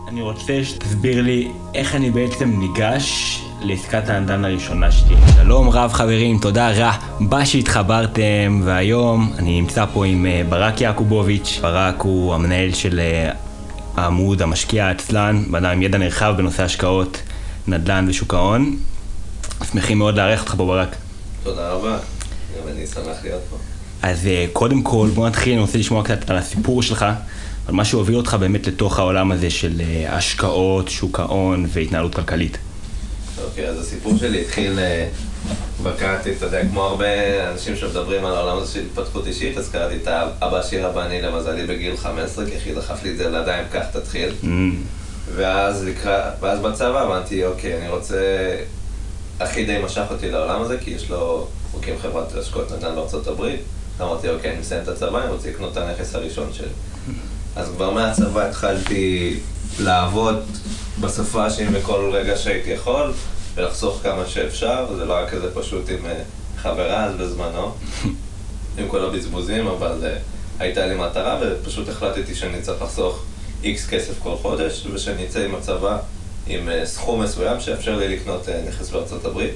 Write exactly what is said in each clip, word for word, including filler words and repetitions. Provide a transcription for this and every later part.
אני רוצה שתסביר לי איך אני בעצם ניגש לעסקת הנדל"ן הראשונה שלי. שלום רב חברים, תודה רבה שהתחברתם, והיום אני נמצא פה עם ברק יעקובוביץ'. ברק הוא המנהל של העמוד המשקיע העצלן, באדם עם ידע נרחב בנושא השקעות, נדל"ן ושוק ההון. שמחים מאוד לארח אותך פה ברק. תודה רבה, גם אני שמח להיות פה. אז קודם כל בוא נתחיל, אני רוצה לשמוע קצת על הסיפור שלך, על מה שהוביל אותך באמת לתוך העולם הזה של השקעות, שוק ההון והתנהלות כלכלית. אוקיי, אז הסיפור שלי התחיל בקראתי, אתה יודע, כמו הרבה אנשים שמדברים על העולם הזה של התפתחות אישית, אז קראתי את אבא עשיר אבא עני למזלי בגיל חמש עשרה, כי אחי דחף לי את זה לידיים, כך תתחיל. ואז לקראת, ואז בצבא אמרתי, אוקיי, אני רוצה, אחי די משך אותי לעולם הזה, כי יש לו, הוא הקים חברת השקעות נדל"ן בארצות הברית. אמרתי, אוקיי, אני מסיים את הצבא, אני רוצה לקנות את הנכס הראשון שלי. אז כבר מהצבא התחלתי לעבוד בשפה שלי בכל רגע שהייתי יכול, ולחסוך כמה שאפשר. זה לא היה כזה פשוט עם חברה אז בזמנו, עם כל הבזבוזים, אבל הייתה לי מטרה, ופשוט החלטתי שאני צריך לחסוך איקס כסף כל חודש, ושאני אצא עם הצבא עם סכום מסוים שאפשר לי לקנות נכס בארצות הברית.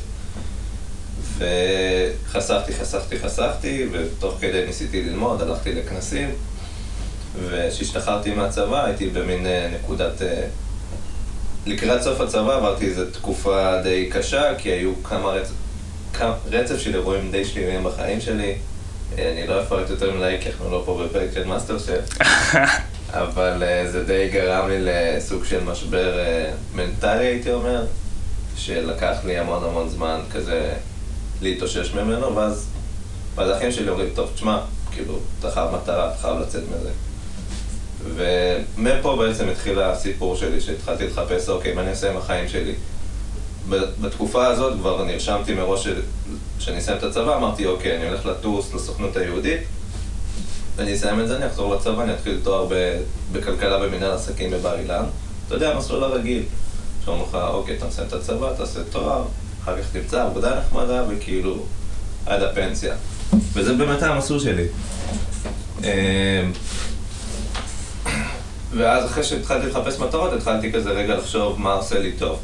וחסכתי, חסכתי, חסכתי, ותוך כדי ניסיתי ללמוד, הלכתי לכנסים, וכשהשתחררתי מהצבא הייתי במין נקודת, לקראת סוף הצבא עברתי איזו תקופה די קשה, כי היו כמה רצף, כמה, רצף של אירועים די שליליים בחיים שלי. אני לא אפרט יותר מדי, כי אנחנו לא פה בפרק של מאסטר שף, אבל זה די גרם לי לסוג של משבר מנטלי, הייתי אומר, שלקח לי המון המון זמן כזה להתאושש ממנו, ואז האחים שלי אומרים, טוב, תשמע, כאילו, אתה חייב מטרה, אתה חייב לצאת מזה. ומפה בעצם התחיל הסיפור שלי, שהתחלתי לחפש, אוקיי, מה אני אעשה עם החיים שלי. בתקופה הזאת כבר נרשמתי מראש שאני אסיים את הצבא, אמרתי, אוקיי, אני הולך לטוס לסוכנות היהודית, ואני אסיים את זה, אני אחזור לצבא, אני אתחיל תואר בכלכלה במנהל עסקים בבר אילן. אתה יודע, המסלול הרגיל. שאומרים לך, אוקיי, אתה מסיים את הצבא, תעשה תואר, אחר כך תמצא עבודה נחמדה, וכאילו, עד הפנסיה. וזה באמת המסלול שלי. ואז אחרי שהתחלתי לחפש מטרות, התחלתי כזה רגע לחשוב מה עושה לי טוב.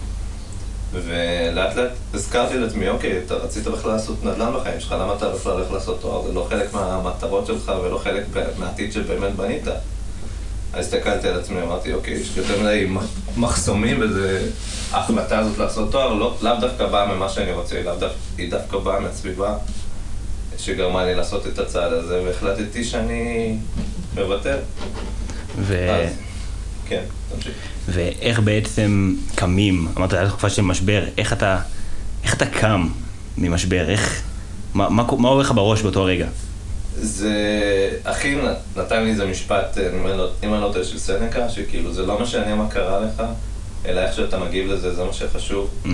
ולאט לאט הזכרתי לעצמי, אוקיי, אתה רצית בכלל לעשות נדל"ן בחיים שלך, למה אתה בכלל הולך לעשות תואר? זה לא חלק מהמטרות שלך ולא חלק מהעתיד שבאמת בנית. אז הסתכלתי על עצמי, אמרתי, אוקיי, יש יותר מדי מחסומים, וזה ההחלטה הזאת לעשות תואר, לא, לאו דווקא באה ממה שאני רוצה, לאו דווקא, היא דווקא באה מהסביבה שגרמה לי לעשות את הצעד הזה, והחלטתי שאני מוותר. ו... אז, כן, תמשיך. ואיך בעצם קמים? אמרת, הייתה תקופה של משבר, איך אתה, איך אתה קם ממשבר? איך, מה, מה, מה עובר לך בראש באותו רגע? זה, אחי נתן לי איזה משפט, אם אני לא טועה, של סנקה, שכאילו זה לא משנה מה קרה לך, אלא איך שאתה מגיב לזה, זה מה שחשוב. Mm.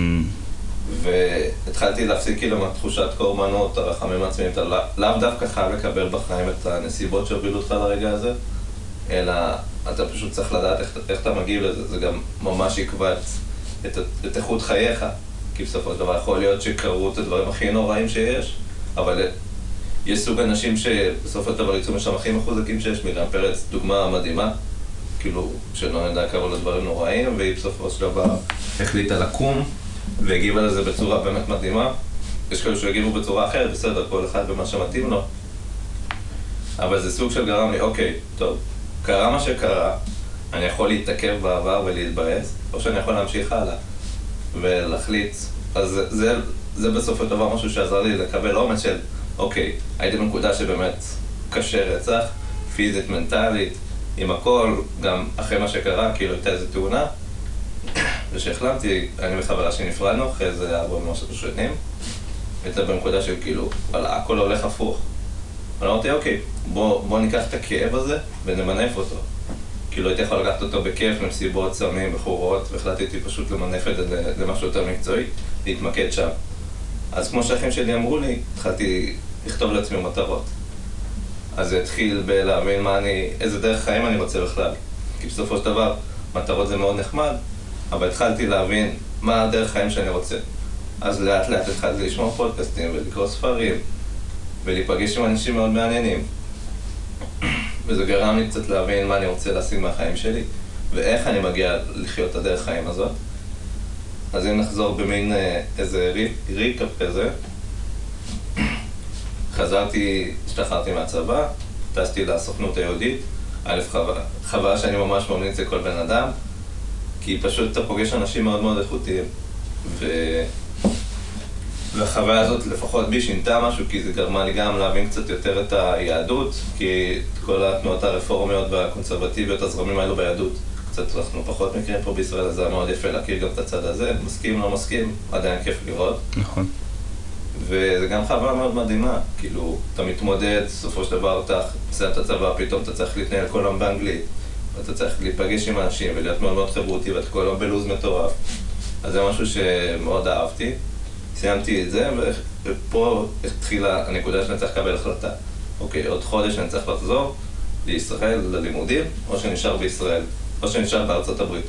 והתחלתי להפסיק כאילו מהתחושת קורבנות, הרחמים העצמיים, אתה לא, לאו דווקא חייב לקבל בחיים את הנסיבות שהובילו אותך לרגע הזה, אלא אתה פשוט צריך לדעת איך, איך אתה מגיב לזה, זה גם ממש יקבע את, את, את איכות חייך, כי בסופו של דבר יכול להיות שקרו את הדברים הכי נוראים שיש, אבל יש סוג אנשים שבסופו של דבר יצאו משם הכי מחוזקים שיש. מרים פרץ, דוגמה מדהימה, כאילו, שלא נדע קראו לדברים נוראים, והיא בסופו של דבר החליטה לקום, והגיבה לזה בצורה באמת מדהימה. יש כאלה שהגיבו בצורה אחרת, בסדר, כל אחד במה שמתאים לו. אבל זה סוג של גרם לי, אוקיי, טוב, קרה מה שקרה, אני יכול להתעכב בעבר ולהתבאס, או שאני יכול להמשיך הלאה, ולהחליט. אז זה, זה, זה בסופו של דבר משהו שעזר לי לקבל אומץ של, אוקיי, הייתי בנקודה שבאמת קשה רצח, פיזית, מנטלית, עם הכל, גם אחרי מה שקרה, כאילו הייתה איזו תאונה, ושהחלמתי, אני וחברה שנפרדנו, אחרי זה ארבע ומשהו שנים, הייתה בנקודה של כאילו, אבל הכל הולך הפוך. אבל אמרתי, אוקיי, בוא, בוא ניקח את הכאב הזה ונמנף אותו. כאילו הייתי יכול לקחת אותו בכיף, למסיבות, סמים, בחורות, והחלטתי פשוט למנף את זה למשהו יותר מקצועי, להתמקד שם. אז כמו שהאחים שלי אמרו לי, התחלתי לכתוב לעצמי מטרות. אז זה התחיל בלהבין מה אני, איזה דרך חיים אני רוצה בכלל. כי בסופו של דבר, מטרות זה מאוד נחמד, אבל התחלתי להבין מה הדרך חיים שאני רוצה. אז לאט לאט התחלתי לשמוע פודקאסטים ולקרוא ספרים, ולהיפגש עם אנשים מאוד מעניינים. וזה גרם לי קצת להבין מה אני רוצה להשיג מהחיים שלי. ואיך אני מגיע לחיות את הדרך חיים הזאת. אז אם נחזור במין איזה ריקאפ כזה, חזרתי, השתחררתי מהצבא, טסתי לסוכנות היהודית, א' חוויה שאני ממש ממליץ לכל בן אדם, כי פשוט אתה פוגש אנשים מאוד מאוד איכותיים, ו... והחוויה הזאת לפחות בי שינתה משהו, כי זה גרמה לי גם להבין קצת יותר את היהדות, כי כל התנועות הרפורמיות והקונסרבטיביות, הזרמים האלו ביהדות, קצת אנחנו פחות מכירים פה בישראל, אז זה מאוד יפה להכיר גם את הצד הזה, מסכים, לא מסכים, עדיין כיף לראות. נכון. וזה גם חוויה מאוד מדהימה, כאילו, אתה מתמודד, בסופו של דבר אתה מסיים את הצבא, פתאום אתה צריך להתנהל כל היום באנגלית, ואתה צריך להיפגש עם אנשים ולהיות מאוד מאוד חברותי, ואתה כל היום בלוז מטורף. אז זה משהו שמאוד אהבתי. סיימתי את זה, ופה התחילה הנקודה שאני צריך לקבל החלטה. אוקיי, עוד חודש אני צריך לחזור לישראל, ללימודים, או שנשאר בישראל, או שנשאר בארצות הברית.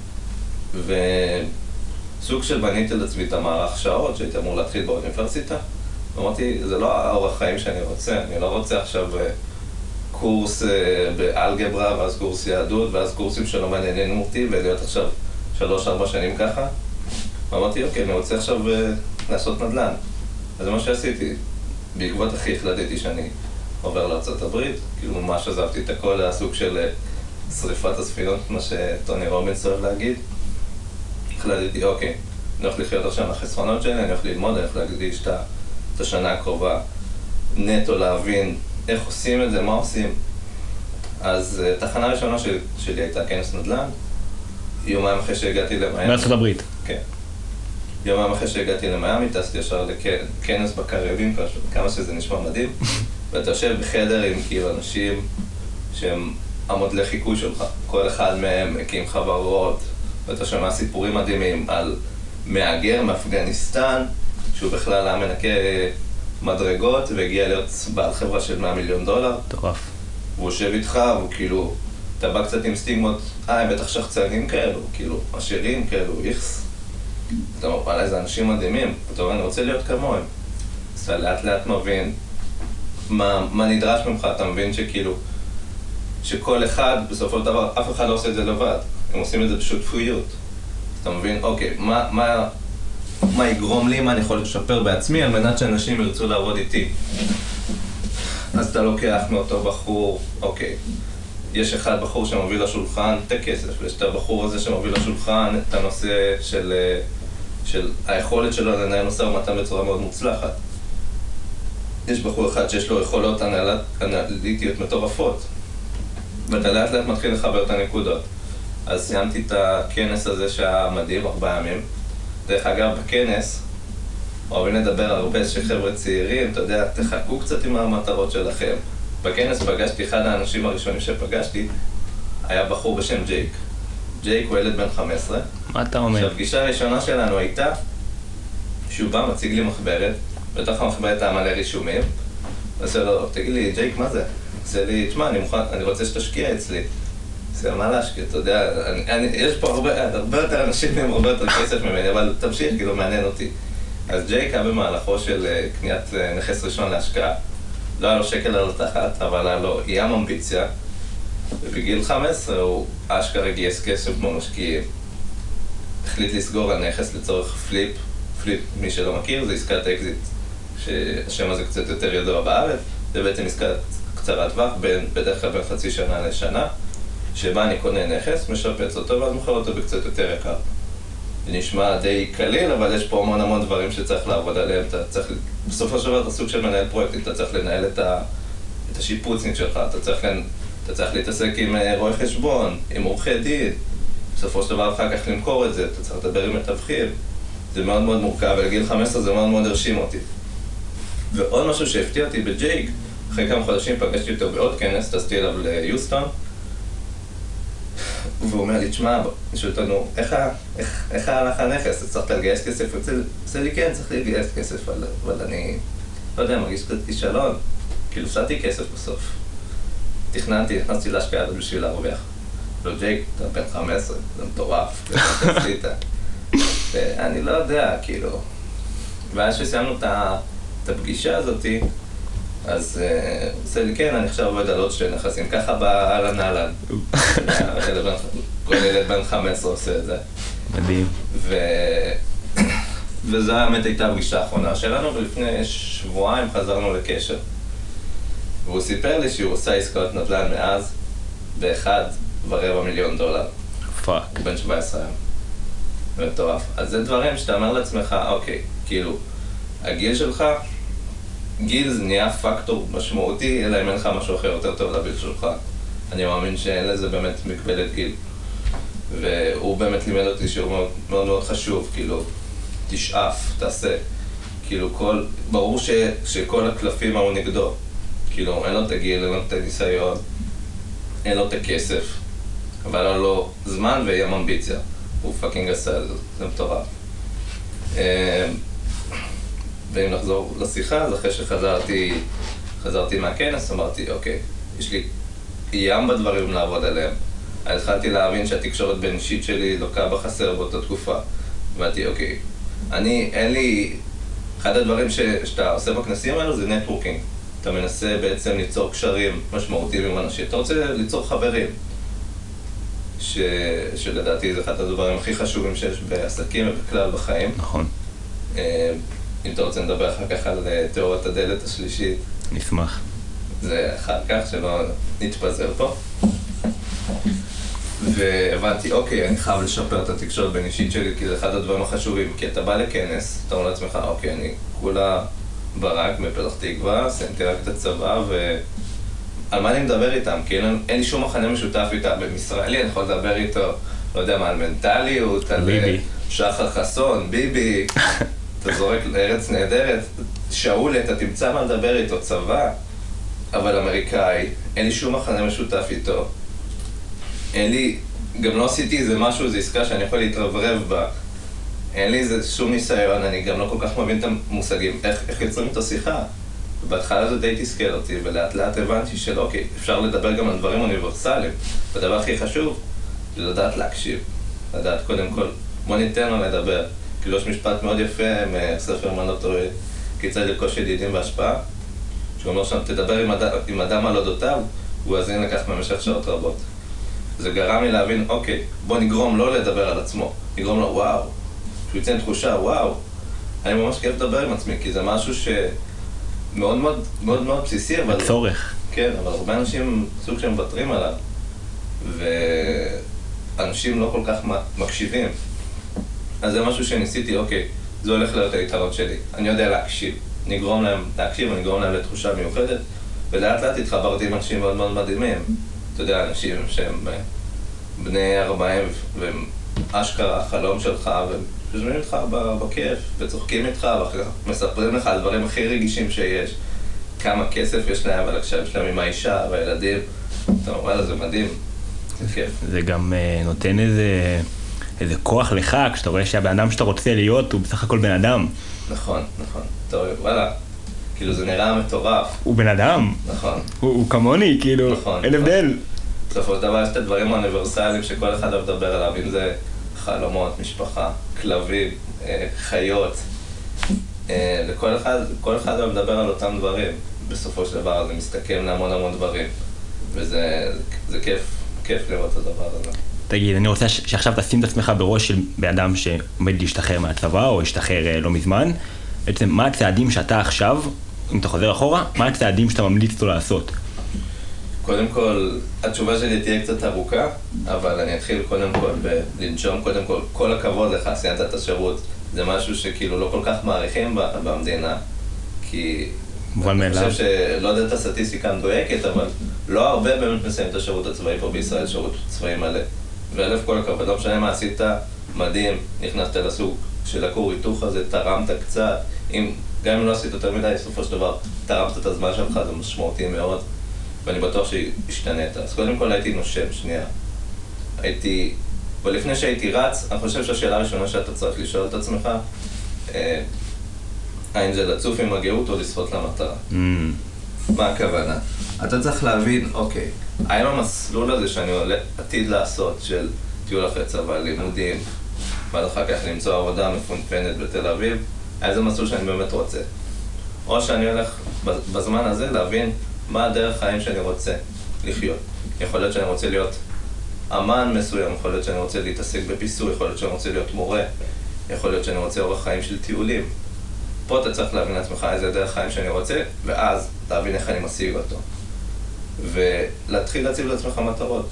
וסוג של בניתי לעצמי את המערך שעות שהייתי אמור להתחיל באוניברסיטה, ואמרתי, זה לא האורח חיים שאני רוצה, אני לא רוצה עכשיו קורס באלגברה, ואז קורס יהדות, ואז קורסים שלא מעניינים אותי, ולהיות עכשיו שלוש, ארבע שנים ככה. ואמרתי, אוקיי, אני רוצה עכשיו לעשות נדל"ן. אז זה מה שעשיתי. בעקבות הכי החלטתי שאני עובר לארצות הברית, כאילו ממש עזבתי את הכל, היה סוג של שריפת הספינות, מה שטוני רובינס אוהב להגיד. החלטתי, אוקיי, אני הולך לחיות עכשיו מהחסרונות שלי, אני הולך ללמוד, אני הולך להקדיש את השנה הקרובה נטו להבין איך עושים את זה, מה עושים. אז תחנה ראשונה שלי, שלי הייתה כנס נדל"ן, יומיים אחרי שהגעתי למאיימי. בארצות הברית. כן. יומיים אחרי שהגעתי למאיימי, טסתי ישר לכנס בקריבים, כמה שזה נשמע מדהים, ואתה יושב בחדר עם כאילו אנשים שהם המודלי חיקוי שלך. כל אחד מהם הקים חברות, ואתה שומע סיפורים מדהימים על מהגר מאפגניסטן, שהוא בכלל היה מנקה מדרגות והגיע להיות בעל חברה של מאה מיליון דולר. טורף. והוא יושב איתך, והוא כאילו, אתה בא קצת עם סטיגמות, אה, הם בטח שחצנים כאלו, כאילו, עשירים כאלו, איכס. אתה אומר, וואלה, איזה אנשים מדהימים, אתה אומר, אני רוצה להיות כמוהם. אז אתה לאט לאט מבין מה, מה נדרש ממך, אתה מבין שכאילו, שכל אחד, בסופו של דבר, אף אחד לא עושה את זה לבד. הם עושים את זה בשותפויות. אתה מבין, אוקיי, מה, מה, מה יגרום לי, מה אני יכול לשפר בעצמי, על מנת שאנשים ירצו לעבוד איתי. אז אתה לוקח מאותו בחור, אוקיי, יש אחד בחור שמוביל לשולחן את הכסף, ויש את הבחור הזה שמוביל לשולחן את הנושא של, של היכולת שלו לנהל נושא ומתן בצורה מאוד מוצלחת. יש בחור אחד שיש לו יכולות אנליטיות מטורפות, ואתה לאט לאט מתחיל לחבר את הנקודות. אז סיימתי את הכנס הזה שהיה מדהים, ארבעה ימים. דרך אגב, בכנס, אוהבים לדבר הרבה שחבר'ה צעירים, אתה יודע, תחכו קצת עם המטרות שלכם. בכנס פגשתי, אחד האנשים הראשונים שפגשתי, היה בחור בשם ג'ייק. ג'ייק הוא ילד בן חמש עשרה. מה אתה אומר? שהפגישה הראשונה שלנו הייתה, שהוא בא, מציג לי מחברת, בתוך המחברת היה מלא רישומים, ועושה לו, תגיד לי, ג'ייק, מה זה? עושה לי, תשמע, אני, מוכן, אני רוצה שתשקיע אצלי. עושה, מה להשקיע? אתה יודע, אני, אני, יש פה הרבה, הרבה יותר אנשים עם הרבה יותר כסף ממני, אבל תמשיך, כאילו, מעניין אותי. אז ג'ייק היה במהלכו של קניית נכס ראשון להשקעה. לא היה לו שקל על התחת, אבל היה לו ים אמביציה, ובגיל חמש עשרה הוא אשכרה גייס כסף כמו משקיעים. החליט לסגור על נכס לצורך פליפ, פליפ, מי שלא מכיר, זה עסקת אקזיט, שהשם הזה קצת יותר ידוע בארץ, זה בעצם עסקת קצרת טווח, בדרך כלל בין חצי שנה לשנה, שבה אני קונה נכס, משפץ אותו, ואז מוכר אותו בקצת יותר יקר. זה נשמע די קליל, אבל יש פה המון המון דברים שצריך לעבוד עליהם. אתה צריך, בסופו של דבר אתה סוג של מנהל פרויקטים, אתה צריך לנהל את, ה, את השיפוצניק שלך, אתה צריך, אתה צריך להתעסק עם רואי חשבון, עם עורכי דין, בסופו של דבר אחר כך למכור את זה, אתה צריך לדבר עם מתווכים. זה מאוד מאוד מורכב, ולגיל חמש עשרה זה מאוד מאוד הרשים אותי. ועוד משהו שהפתיע אותי בג'ייק, אחרי כמה חודשים פגשתי אותו בעוד כנס, טסתי אליו ליוסטון, והוא אומר לי, תשמע, אני שואל אותנו, איך הלך הנכס? צריך לגייס כסף? הוא עושה לי, כן, צריך לגייס כסף, אבל אני לא יודע, מרגיש קצת כישלון. כאילו, הפסדתי כסף בסוף. תכננתי, נכנסתי להשקעה הזאת בשביל להרוויח. לא, ג'ייק, אתה בן חמש עשרה, זה מטורף, ואני לא יודע, כאילו. ואז שסיימנו את הפגישה הזאת, אז הוא עושה לי, כן, אני עכשיו עובד על עוד שתי נכסים, ככה באהלן אהלן. כל ילד בן חמש עשרה עושה את זה. מדהים. וזו האמת הייתה הפגישה האחרונה שלנו, ולפני שבועיים חזרנו לקשר. והוא סיפר לי שהוא עושה עסקאות נדל"ן מאז באחד ורבע מיליון דולר. פאק. הוא בן שבע עשרה היום. מטורף. אז זה דברים שאתה אומר לעצמך, אוקיי, כאילו, הגיל שלך, גיל זה נהיה פקטור משמעותי, אלא אם אין לך משהו אחר יותר טוב לגיל שלך. אני מאמין שאין לזה באמת מגבלת גיל. והוא באמת לימד אותי שהוא מאוד מאוד, מאוד חשוב, כאילו, תשאף, תעשה. כאילו, כל, ברור ש, שכל הקלפים הוא נגדו. כאילו, אין לו את הגיל, אין לו את הניסיון, אין לו את הכסף, אבל אין לו זמן ויהיה אמביציה. הוא פאקינג עשה את זה, זה מטורף. ואם נחזור לשיחה, אז אחרי שחזרתי חזרתי מהכנס, אמרתי, אוקיי, יש לי ים בדברים לעבוד עליהם. אז התחלתי להבין שהתקשורת בין אישית שלי לוקה בחסר באותה תקופה. אמרתי, אוקיי, אני, אין לי... אחד הדברים ש, שאתה עושה בכנסים האלו זה נטוורקינג. אתה מנסה בעצם ליצור קשרים משמעותיים עם אנשים. אתה רוצה ליצור חברים. ש... שלדעתי זה אחד הדברים הכי חשובים שיש בעסקים ובכלל בחיים. נכון. אם אתה רוצה לדבר אחר כך על תיאוריית הדלת השלישית. נשמח. זה אחר כך שלא נתפזר פה. והבנתי, אוקיי, אני חייב לשפר את התקשורת בין אישית שלי, כי זה אחד הדברים החשובים. כי אתה בא לכנס, אתה אומר לעצמך, אוקיי, אני כולה ברק מפתח תקווה, סיימתי רק את הצבא, ו... על מה אני מדבר איתם? כי אין, אין לי שום מחנה משותף איתם. בישראלי אני יכול לדבר איתו, לא יודע מה, על מנטליות, על ביבי. שחר חסון, ביבי, אתה זורק לארץ נהדרת, שאול, אתה תמצא מה לדבר איתו, צבא, אבל אמריקאי, אין לי שום מחנה משותף איתו. אין לי, גם לא עשיתי איזה משהו, איזו עסקה שאני יכול להתרברב בה. אין לי איזה שום ניסיון, אני גם לא כל כך מבין את המושגים, איך, איך יוצרים את השיחה. בהתחלה זה די תסכל אותי, ולאט לאט הבנתי של אוקיי, אפשר לדבר גם על דברים אוניברסליים. והדבר הכי חשוב, זה לדעת להקשיב. לדעת קודם כל, בוא ניתן לו לדבר. כאילו יש משפט מאוד יפה מספר מנוטורי, כיצד לרכוש ידידים והשפעה, שהוא אומר שם, תדבר עם אדם, עם אדם על אודותיו, הוא יאזין לכך במשך שעות רבות. זה גרם לי להבין, אוקיי, בוא נגרום לא לדבר על עצמו, נגרום לו וואו, שהוא יצא עם תחושה, וואו, אני ממש כיף לדבר עם עצמי, כי זה משהו ש... מאוד מאוד מאוד מאוד בסיסי, אבל... הצורך. כן, אבל הרבה אנשים סוג שהם מוותרים עליו. ואנשים לא כל כך מקשיבים. אז זה משהו שניסיתי, אוקיי, זה הולך להיות היתרון שלי. אני יודע להקשיב. נגרום להם להקשיב, אני אגרום להם לתחושה מיוחדת. ולאט לאט התחברתי עם אנשים מאוד מאוד מדהימים. אתה יודע, אנשים שהם בני ארבעים, והם אשכרה החלום שלך, והם יושבים איתך בכיף, וצוחקים איתך, ואחר כך מספרים לך על דברים הכי רגישים שיש. כמה כסף יש להם, אבל עכשיו יש להם עם האישה והילדים. אתה אומר, וואלה, זה מדהים. זה כיף. זה גם uh, נותן איזה, איזה כוח לך, כשאתה רואה שהבן אדם שאתה רוצה להיות, הוא בסך הכל בן אדם. נכון, נכון. אתה רואה, וואלה, כאילו זה נראה מטורף. הוא בן אדם. נכון. הוא, הוא כמוני, כאילו, נכון, אין הבדל. בסופו של דבר יש את הדברים האוניברסליים שכל אחד אוהב לדבר עליו, אם זה חלומות, משפחה, כלבים, חיות. לכל אחד, כל אחד אוהב לדבר על אותם דברים. בסופו של דבר זה מסתכם להמון המון דברים. וזה זה כיף, כיף לראות את הדבר הזה. תגיד, אני רוצה שעכשיו תשים את עצמך בראש של באדם שעומד להשתחרר מהצבא או השתחרר לא מזמן. בעצם, מה הצעדים שאתה עכשיו, אם אתה חוזר אחורה, מה הצעדים שאתה ממליץ לו לעשות? קודם כל, התשובה שלי תהיה קצת ארוכה, אבל אני אתחיל קודם כל בלנשום, קודם כל, כל הכבוד לך, סיימת את השירות. זה משהו שכאילו לא כל כך מעריכים במדינה, כי... מובן מאליו. אני חושב שלא יודע את הסטטיסטיקה המדויקת, אבל לא הרבה באמת מסיים את השירות הצבאי פה בישראל, שירות צבאי מלא. ואלף כל הכבוד, לא משנה מה עשית, מדהים, נכנסת לסוג של הכור היתוך הזה, תרמת קצת, אם, גם אם לא עשית יותר מדי, בסופו של דבר, תרמת את הזמן שלך, זה משמעותי מאוד. ואני בטוח שהשתנית. אז קודם כל הייתי נושם, שנייה. הייתי... ולפני שהייתי רץ, אני חושב שהשאלה הראשונה שאתה צריך לשאול את עצמך, אה, האם זה לצוף עם הגאות או לשחות למטרה? Mm. מה הכוונה? אתה צריך להבין, אוקיי, האם המסלול הזה שאני עתיד לעשות של טיול אחרי צבא, לימודים, ועד אחר כך למצוא עבודה מפונפנת בתל אביב, האם זה מסלול שאני באמת רוצה? או שאני הולך בזמן הזה להבין מה הדרך חיים שאני רוצה לחיות. יכול להיות שאני רוצה להיות אמן מסוים, יכול להיות שאני רוצה להתעסק בפיסוי, יכול להיות שאני רוצה להיות מורה, יכול להיות שאני רוצה אורח חיים של טיולים. פה אתה צריך להבין לעצמך איזה דרך חיים שאני רוצה, ואז להבין איך אני משיג אותו. ולהתחיל להציב לעצמך מטרות.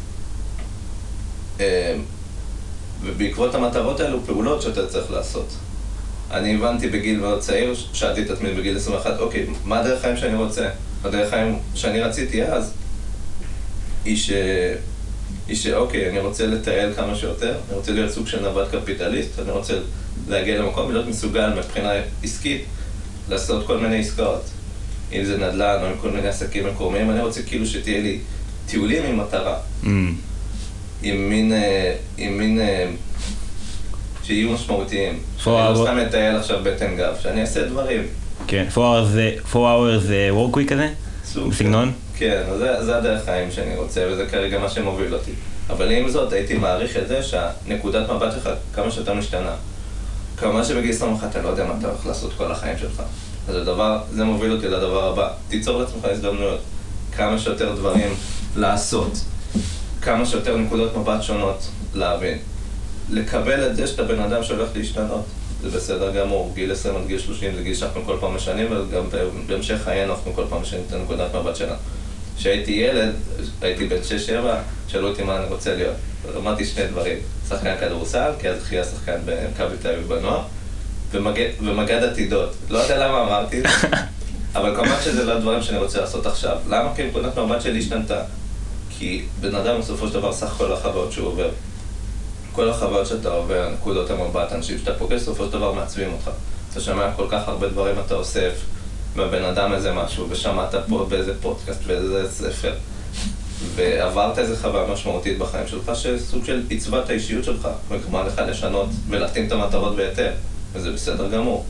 ובעקבות המטרות האלו, פעולות שאתה צריך לעשות. אני הבנתי בגיל מאוד צעיר, שאלתי את עצמי בגיל עשרים ואחת, אוקיי, מה הדרך חיים שאני רוצה? הדרך חיים שאני רציתי אז, היא ש... היא שאוקיי, אני רוצה לטייל כמה שיותר, אני רוצה להיות סוג של נווד קפיטליסט, אני רוצה להגיע למקום ולהיות מסוגל מבחינה עסקית לעשות כל מיני עסקאות. אם זה נדל"ן או עם כל מיני עסקים מקומיים, אני רוצה כאילו שתהיה לי טיולים עם מטרה. Mm. עם מין, עם מין, שיהיו משמעותיים. שאני לא סתם לטייל עכשיו בטן גב, שאני אעשה דברים. כן, four hours work week כזה? בסגנון? כן, זה, זה הדרך חיים שאני רוצה, וזה כרגע מה שמוביל אותי. אבל עם זאת, הייתי מעריך את זה שהנקודת מבט שלך כמה שאתה משתנה. כמה שבגיל עשרים ואחת אתה לא יודע מה אתה הולך לעשות כל החיים שלך. אז הדבר, זה מוביל אותי לדבר הבא. תיצור לעצמך הזדמנויות. כמה שיותר דברים לעשות. כמה שיותר נקודות מבט שונות להבין. לקבל את זה שאתה בן אדם שהולך להשתנות. זה בסדר גמור. גיל עשרים עד גיל שלושים זה גיל שאנחנו כל פעם משנים, וגם בהמשך חיינו אנחנו כל פעם משנים את הנקודת מבט שלנו. כשהייתי ילד, הייתי בן שש שבע, שאלו אותי מה אני רוצה להיות. אמרתי שני דברים. שחקן כדורסל, כי אז אחי היה שחקן במכבי תל אביב בנוער, ומגד, ומגד עתידות. לא יודע למה אמרתי, אבל כמובן שזה לא דברים שאני רוצה לעשות עכשיו. למה? כי נקודת מבט שלי השתנתה. כי בן אדם בסופו של דבר סך כל החוויות שהוא עובר. כל החוויות שאתה עובר, נקודות המבט, אנשים שאתה פוגש, בסופו של דבר מעצבים אותך. אתה שומע כל כך הרבה דברים אתה אוסף, מהבן אדם איזה משהו, ושמעת פה באיזה פודקאסט, באיזה ספר. ועברת איזה חוויה משמעותית בחיים שלך, שסוג של עיצבה את האישיות שלך, וגרמה לך לשנות ולהתאים את המטרות בהתאם, וזה בסדר גמור.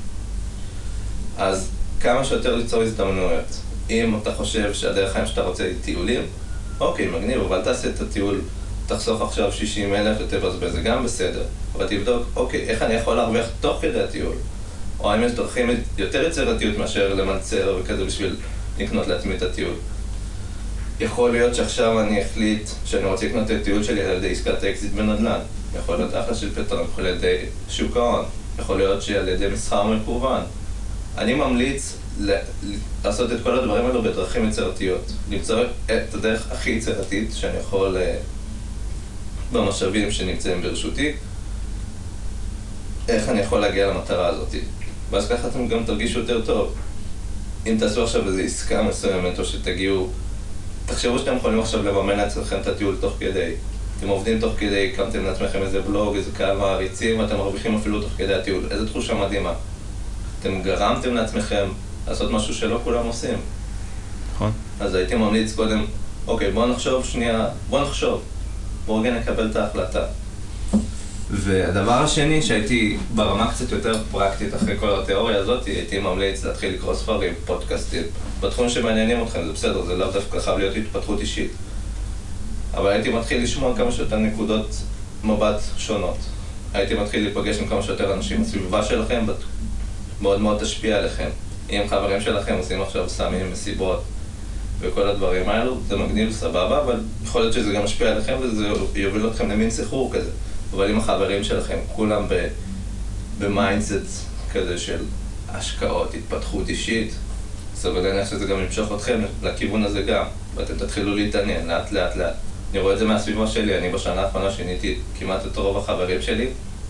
אז כמה שיותר ליצור הזדמנויות. אם אתה חושב שהדרך חיים שאתה רוצה היא טיולים, אוקיי, מגניב, אבל תעשה את הטיול, תחסוך עכשיו שישים אלף ותבזבז, זה גם בסדר. אבל תבדוק, אוקיי, איך אני יכול להרוויח תוך כדי הטיול? או האם יש דרכים יותר יצירתיות מאשר למנצר וכזה בשביל לקנות לעצמי את הטיול. יכול להיות שעכשיו אני החליט שאני רוצה לקנות את הטיול שלי על ידי עסקת האקזיט בנדל"ן. יכול להיות אחלה של פתרון, יכול להיות על ידי שוק ההון. יכול להיות שעל ידי מסחר מקוון. אני ממליץ לעשות את כל הדברים האלו בדרכים יצירתיות. למצוא את הדרך הכי יצירתית שאני יכול במשאבים שנמצאים ברשותי. איך אני יכול להגיע למטרה הזאת. ואז ככה אתם גם תרגישו יותר טוב. אם תעשו עכשיו איזו עסקה מסוימת או שתגיעו, תחשבו שאתם יכולים עכשיו לממן לעצמכם את הטיול תוך כדי. אתם עובדים תוך כדי, הקמתם לעצמכם איזה בלוג, איזה קהל מעריצים, ואתם מרוויחים אפילו תוך כדי הטיול. איזו תחושה מדהימה. אתם גרמתם לעצמכם לעשות משהו שלא כולם עושים. נכון. אז הייתי ממליץ קודם, אוקיי, בוא נחשוב שנייה, בוא נחשוב. בואו רגע נקבל את ההחלטה. והדבר השני שהייתי ברמה קצת יותר פרקטית אחרי כל התיאוריה הזאת, הייתי ממליץ להתחיל לקרוא ספרים, פודקאסטים, בתחום שמעניינים אתכם, זה בסדר, זה לאו דווקא חייב להיות התפתחות אישית. אבל הייתי מתחיל לשמוע כמה שיותר נקודות מבט שונות. הייתי מתחיל להיפגש עם כמה שיותר אנשים. הסביבה שלכם מאוד מאוד תשפיע עליכם. אם חברים שלכם עושים עכשיו סמים, מסיבות וכל הדברים האלו, זה מגניב, סבבה, אבל יכול להיות שזה גם משפיע עליכם וזה יוביל אתכם למין סחרור כזה. אבל עם החברים שלכם, כולם במיינדסט כזה של השקעות, התפתחות אישית, סבבה להניח שזה גם ימשוך אתכם לכיוון הזה גם, ואתם תתחילו להתעניין לאט לאט לאט. אני רואה את זה מהסביבה שלי, אני בשנה האחרונה שיניתי כמעט את רוב החברים שלי,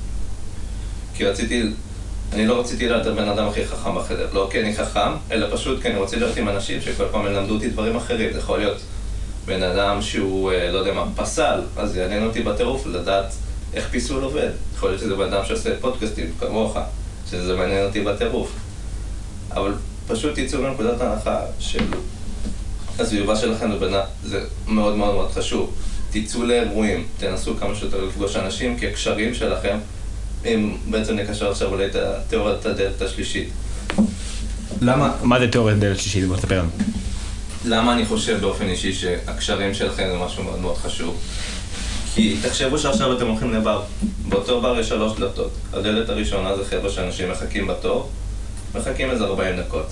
כי רציתי, אני לא רציתי להיות הבן אדם הכי חכם בחדר, לא כי אני חכם, אלא פשוט כי אני רוצה להיות עם אנשים שכל פעם ילמדו אותי דברים אחרים. זה יכול להיות בן אדם שהוא, לא יודע מה, פסל, אז יעניין אותי בטירוף לדעת איך פיסול עובד. יכול להיות שזה בן אדם שעושה פודקאסטים כמוך, שזה מעניין אותי בטירוף. אבל פשוט תיצאו מנקודת ההנחה של הסביבה שלכם לבנה, זה מאוד מאוד מאוד חשוב. תיצאו לאירועים, תנסו כמה שיותר לפגוש אנשים, כי הקשרים שלכם, אם בעצם נקשר עכשיו אולי את תיאוריית הדלת השלישית. למה? מה זה תיאוריית הדלת השלישית? בוא תספר לנו. למה אני חושב באופן אישי שהקשרים שלכם זה משהו מאוד מאוד חשוב? כי תחשבו שעכשיו אתם הולכים לבר. באותו בר יש שלוש דלתות. הדלת הראשונה זה חבר'ה שאנשים מחכים בתור, מחכים איזה ארבעים דקות.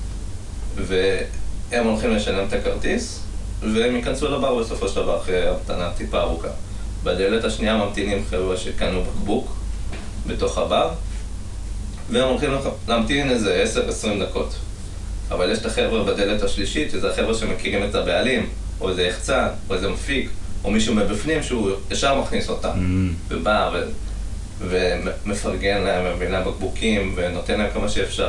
והם הולכים לשלם את הכרטיס, והם ייכנסו לבר בסופו של דבר אחרי המתנה טיפה ארוכה. בדלת השנייה ממתינים חבר'ה שקנו בקבוק בתוך הבר, והם הולכים להמתין איזה עשר עשרים דקות. אבל יש את החבר'ה בדלת השלישית, שזה החבר'ה שמכירים את הבעלים, או איזה יחצן, או איזה מפיק, או מישהו מבפנים שהוא ישר מכניס אותם, mm. ובא ו... ומפרגן להם, מביא להם בקבוקים, ונותן להם כמה שאפשר.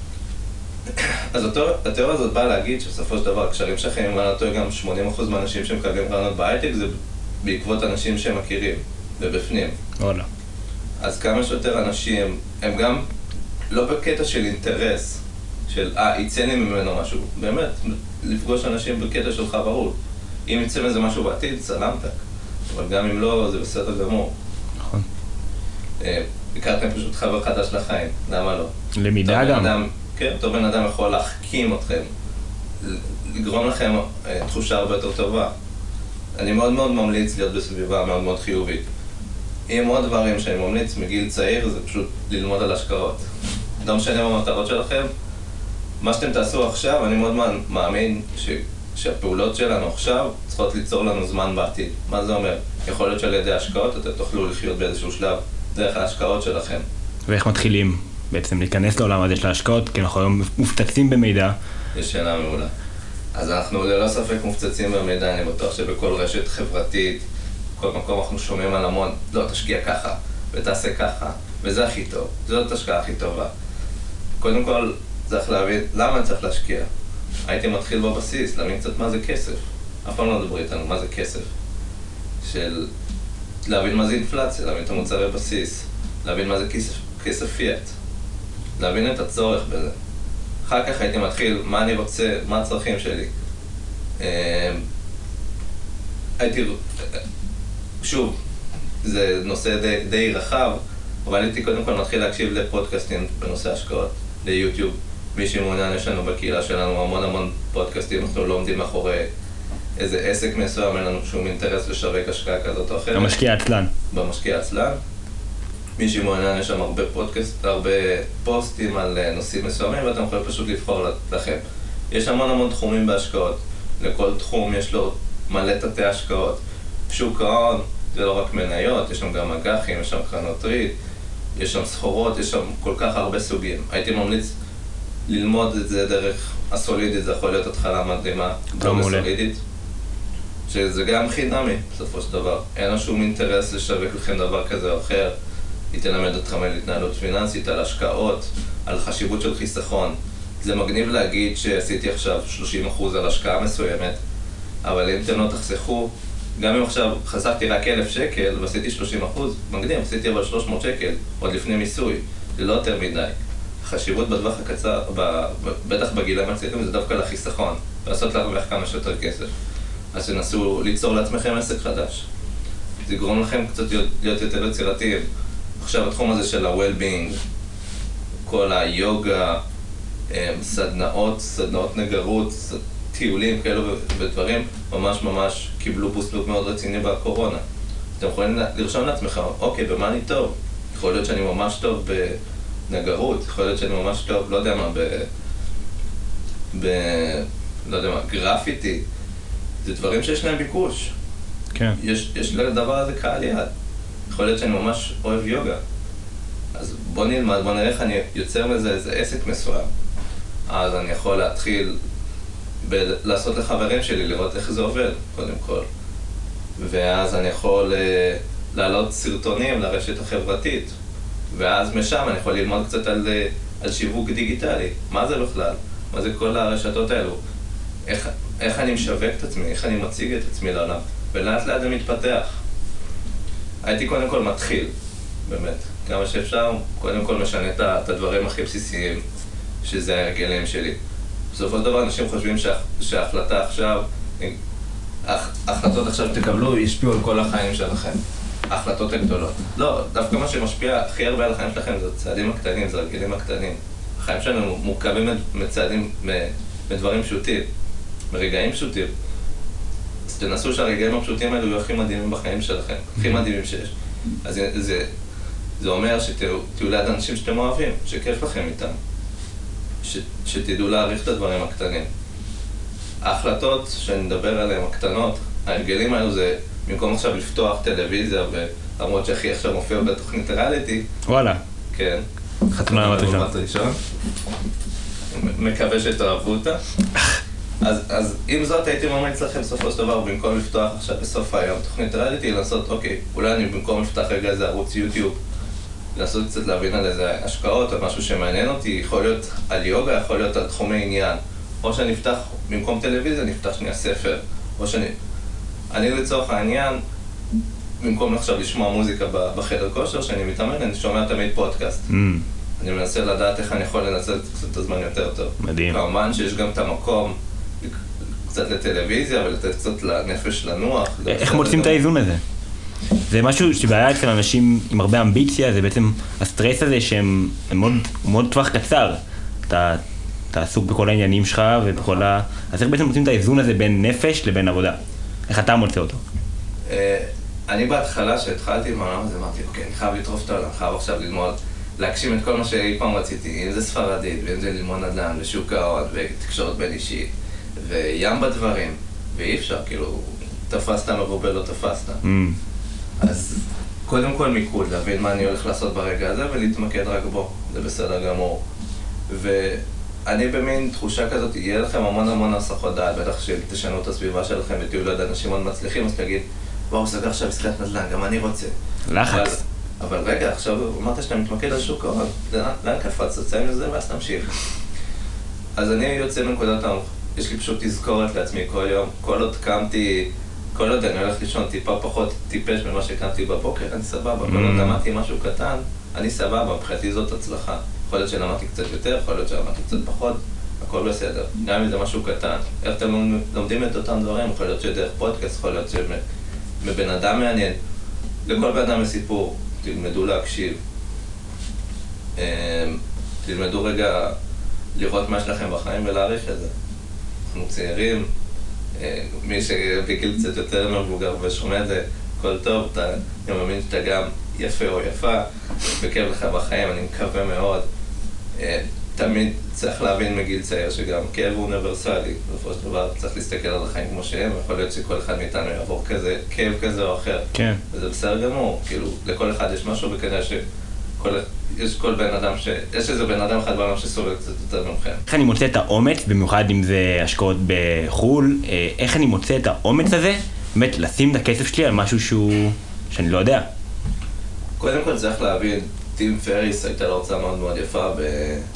אז התיאוריה הזאת באה להגיד שבסופו של דבר, קשרים שחיים עם רעיונות, גם שמונים אחוז מהאנשים שמקבלים רעיונות בהייטק, זה בעקבות אנשים שהם מכירים, ובפנים. וואלה. אז כמה שיותר אנשים, הם גם לא בקטע של אינטרס, של אה, יצא לי ממנו משהו. באמת, לפגוש אנשים בקטע של חברות. אם יצא מזה משהו בעתיד, סלמתק. אבל גם אם לא, זה בסדר גמור. נכון. הכרתם פשוט חבר חדש לחיים, למה לא? למידה גם. אדם, כן, אותו בן אדם יכול להחכים אתכם, לגרום לכם תחושה הרבה יותר טובה. אני מאוד מאוד ממליץ להיות בסביבה מאוד מאוד חיובית. עם עוד דברים שאני ממליץ מגיל צעיר, זה פשוט ללמוד על השקעות. לא משנה במטרות שלכם, מה שאתם תעשו עכשיו, אני מאוד מאמין ש... שהפעולות שלנו עכשיו צריכות ליצור לנו זמן בעתיד. מה זה אומר? יכול להיות שעל ידי השקעות אתם תוכלו לחיות באיזשהו שלב דרך ההשקעות שלכם. ואיך מתחילים בעצם להיכנס לעולם הזה של ההשקעות? כי אנחנו היום מופצצים במידע. יש שאלה מעולה. אז אנחנו ללא ספק מופצצים במידע, אני בטוח שבכל רשת חברתית, כל מקום אנחנו שומעים על המון, לא, תשקיע ככה, ותעשה ככה, וזה הכי טוב, זאת השקעה הכי טובה. קודם כל, צריך להבין למה אני צריך להשקיע. הייתי מתחיל בבסיס, להבין קצת מה זה כסף. אף פעם לא דברי איתנו, מה זה כסף. של להבין מה זה אינפלציה, להבין את המוצרי בסיס, להבין מה זה כסף, כסף פיאט, להבין את הצורך בזה. אחר כך הייתי מתחיל, מה אני רוצה, מה הצרכים שלי. הייתי, שוב, זה נושא די, די רחב, אבל הייתי קודם כל מתחיל להקשיב לפודקאסטים בנושא השקעות, ליוטיוב. מי שמעוניין, יש לנו בקהילה שלנו המון המון פודקאסטים, אנחנו לא עומדים מאחורי איזה עסק מסוים, אין לנו שום אינטרס לשווק השקעה כזאת או אחרת. במשקיע עצלן. במשקיע עצלן. מי שמעוניין, יש שם הרבה פודקאסט, הרבה פוסטים על נושאים מסוימים, ואתם יכולים פשוט לבחור לכם. יש המון המון תחומים בהשקעות. לכל תחום יש לו מלא תתי השקעות. שוק ההון, זה לא רק מניות, יש שם גם אג"חים, יש שם קרנות ריט, יש שם סחורות, יש שם כל כך הרבה סוגים. הייתי ממליץ ללמוד את זה דרך הסולידית, זה יכול להיות התחלה מדהימה, דרך הסולידית, שזה גם חינמי בסופו של דבר. אין לו שום אינטרס לשווק לכם דבר כזה או אחר. היא תלמד אתכם על התנהלות פיננסית, על השקעות, על חשיבות של חיסכון. זה מגניב להגיד שעשיתי עכשיו שלושים אחוז על השקעה מסוימת, אבל אם אתם לא תחסכו, גם אם עכשיו חסכתי רק אלף שקל ועשיתי שלושים אחוז, מגניב, עשיתי אבל שלוש מאות שקל, עוד לפני מיסוי, זה לא יותר מדי. החשיבות בטווח הקצר, בטח בגילאים הצעירים, זה דווקא לחיסכון, לעשות להרוויח כמה שיותר כסף. אז תנסו ליצור לעצמכם עסק חדש. זה יגרום לכם קצת להיות יותר יצירתיים. עכשיו התחום הזה של ה-well-being, כל היוגה, סדנאות, סדנאות נגרות, טיולים כאלו ודברים, ממש ממש קיבלו בוסט מאוד רציני בקורונה. אתם יכולים לרשום לעצמכם, אוקיי, במה אני טוב? יכול להיות שאני ממש טוב בנגרות, יכול להיות שאני ממש טוב, לא יודע מה, ב... ב... לא יודע מה, גרפיטי. זה דברים שיש להם ביקוש. כן. יש, יש לדבר הזה קהל יד. יכול להיות שאני ממש אוהב יוגה. אז בוא נלמד, בוא נראה איך אני יוצר מזה איזה עסק מסוים. אז אני יכול להתחיל ב- לעשות לחברים שלי, לראות איך זה עובד, קודם כל. ואז אני יכול uh, לעלות סרטונים לרשת החברתית. ואז משם אני יכול ללמוד קצת על, uh, על שיווק דיגיטלי. מה זה בכלל? מה זה כל הרשתות האלו? איך, איך אני משווק את עצמי? איך אני מציג את עצמי לעולם? ולאט לאט זה מתפתח. הייתי קודם כל מתחיל, באמת. כמה שאפשר, קודם כל משנה את הדברים הכי בסיסיים, שזה ההרגלים שלי. בסופו של דבר אנשים חושבים שה, שההחלטה עכשיו, ההחלטות עכשיו תקבלו, ישפיעו על כל החיים שלכם. ההחלטות הגדולות. לא, דווקא מה שמשפיע הכי הרבה על החיים שלכם זה הצעדים הקטנים, זה הרגלים הקטנים. החיים שלנו מורכבים מצעדים, מדברים פשוטים, מרגעים פשוטים. אז תנסו שהרגעים הפשוטים האלו יהיו הכי מדהימים בחיים שלכם, הכי מדהימים שיש. אז זה, זה, זה אומר שתהיו ליד אנשים שאתם אוהבים, שכיף לכם איתם. ש, שתדעו להעריך את הדברים הקטנים. ההחלטות שנדבר עליהן, הקטנות, ההרגלים האלו זה, במקום עכשיו לפתוח טלוויזיה, ולמרות שהכי עכשיו מופיע בתוכנית ריאליטי. וואלה. כן. חתונה למט ראשון. מקווה שתאהבו אותה. אז, אז עם זאת הייתי ממליץ לכם בסופו של דבר, במקום לפתוח עכשיו בסוף היום תוכנית ריאליטי, לעשות, אוקיי, אולי אני במקום לפתח רגע איזה ערוץ יוטיוב, לנסות קצת להבין על איזה השקעות או משהו שמעניין אותי, יכול להיות על יוגה, יכול להיות על תחומי עניין. או שאני אפתח, במקום טלוויזיה, אני אפתח שנייה ספר. או שאני... אני לצורך העניין, במקום עכשיו לשמוע מוזיקה בחדר כושר, שאני מתאמן, אני שומע תמיד פודקאסט. Mm. אני מנסה לדעת איך אני יכול לנצל קצת את הזמן יותר טוב. מדהים. כמובן שיש גם את המקום קצת לטלוויזיה ולתת קצת לנפש לנוח. איך מוצאים את האיזון הזה? זה משהו שבעיה אצל אנשים עם הרבה אמביציה, זה בעצם הסטרס הזה שהם מאוד, מאוד טווח קצר. אתה, אתה עסוק בכל העניינים שלך ובכל ה... אז איך בעצם מוצאים את האיזון הזה בין נפש לבין עבודה? איך אתה מוצא אותו? אני בהתחלה שהתחלתי עם העולם הזה, אמרתי, אוקיי, אני חייב לטרוף את העולם, חייב עכשיו ללמוד, להגשים את כל מה שאי פעם רציתי, אם זה ספרדית, ואם זה ללמוד נדל"ן, ושוק ההון, ותקשורת בין אישית, וים בדברים, ואי אפשר, כאילו, תפסת מרובה, לא תפסת. אז קודם כל מיקוד, להבין מה אני הולך לעשות ברגע הזה, ולהתמקד רק בו, זה בסדר גמור. ואני במין תחושה כזאת, יהיה לכם המון המון הסחות דעת, בטח שתשנו את הסביבה שלכם ותהיו ליד אנשים מאוד מצליחים, אז תגיד, וואו, סגר עכשיו עסקת נדל"ן, גם אני רוצה. לחץ. אבל רגע, עכשיו אמרת שאתה מתמקד על שוק ההון, לאן קפץ, תצא מזה ואז תמשיך. אז אני יוצא מנקודת העמוק, יש לי פשוט תזכורת לעצמי כל יום, כל עוד קמתי, כל עוד אני הולך לישון טיפה פחות טיפש ממה שקמתי בבוקר, אני סבבה, כל עוד למדתי משהו קטן, אני סבבה, מבחינתי זאת הצלחה. יכול להיות שלמדתי קצת יותר, יכול להיות שלמדתי קצת פחות, הכל בסדר. גם אם זה משהו קטן. איך אתם לומדים את אותם דברים? יכול להיות שדרך פודקאסט, יכול להיות שמבן אדם מעניין. לכל בן אדם יש סיפור, תלמדו להקשיב. תלמדו רגע לראות מה יש לכם בחיים ולהעריך את זה. אנחנו צעירים, מי שבגיל קצת יותר מבוגר ושומע את זה, הכל טוב, אתה, אני מאמין שאתה גם יפה או יפה, וכיף לך בחיים, אני מקווה מאוד. תמיד צריך להבין מגיל צעיר שגם כאב הוא אוניברסלי, בסופו של דבר צריך להסתכל על החיים כמו שהם, יכול להיות שכל אחד מאיתנו יעבור כזה, כאב כזה או אחר. כן. וזה בסדר גמור, כאילו, לכל אחד יש משהו, וכנראה שכל, יש כל בן אדם ש... יש איזה בן אדם אחד בעולם שסובל קצת יותר ממכם. איך אני מוצא את האומץ, במיוחד אם זה השקעות בחול, איך אני מוצא את האומץ הזה, באמת לשים את הכסף שלי על משהו שהוא... שאני לא יודע. קודם כל צריך להבין, טים פריס הייתה לו הרצאה מאוד מאוד יפה ב...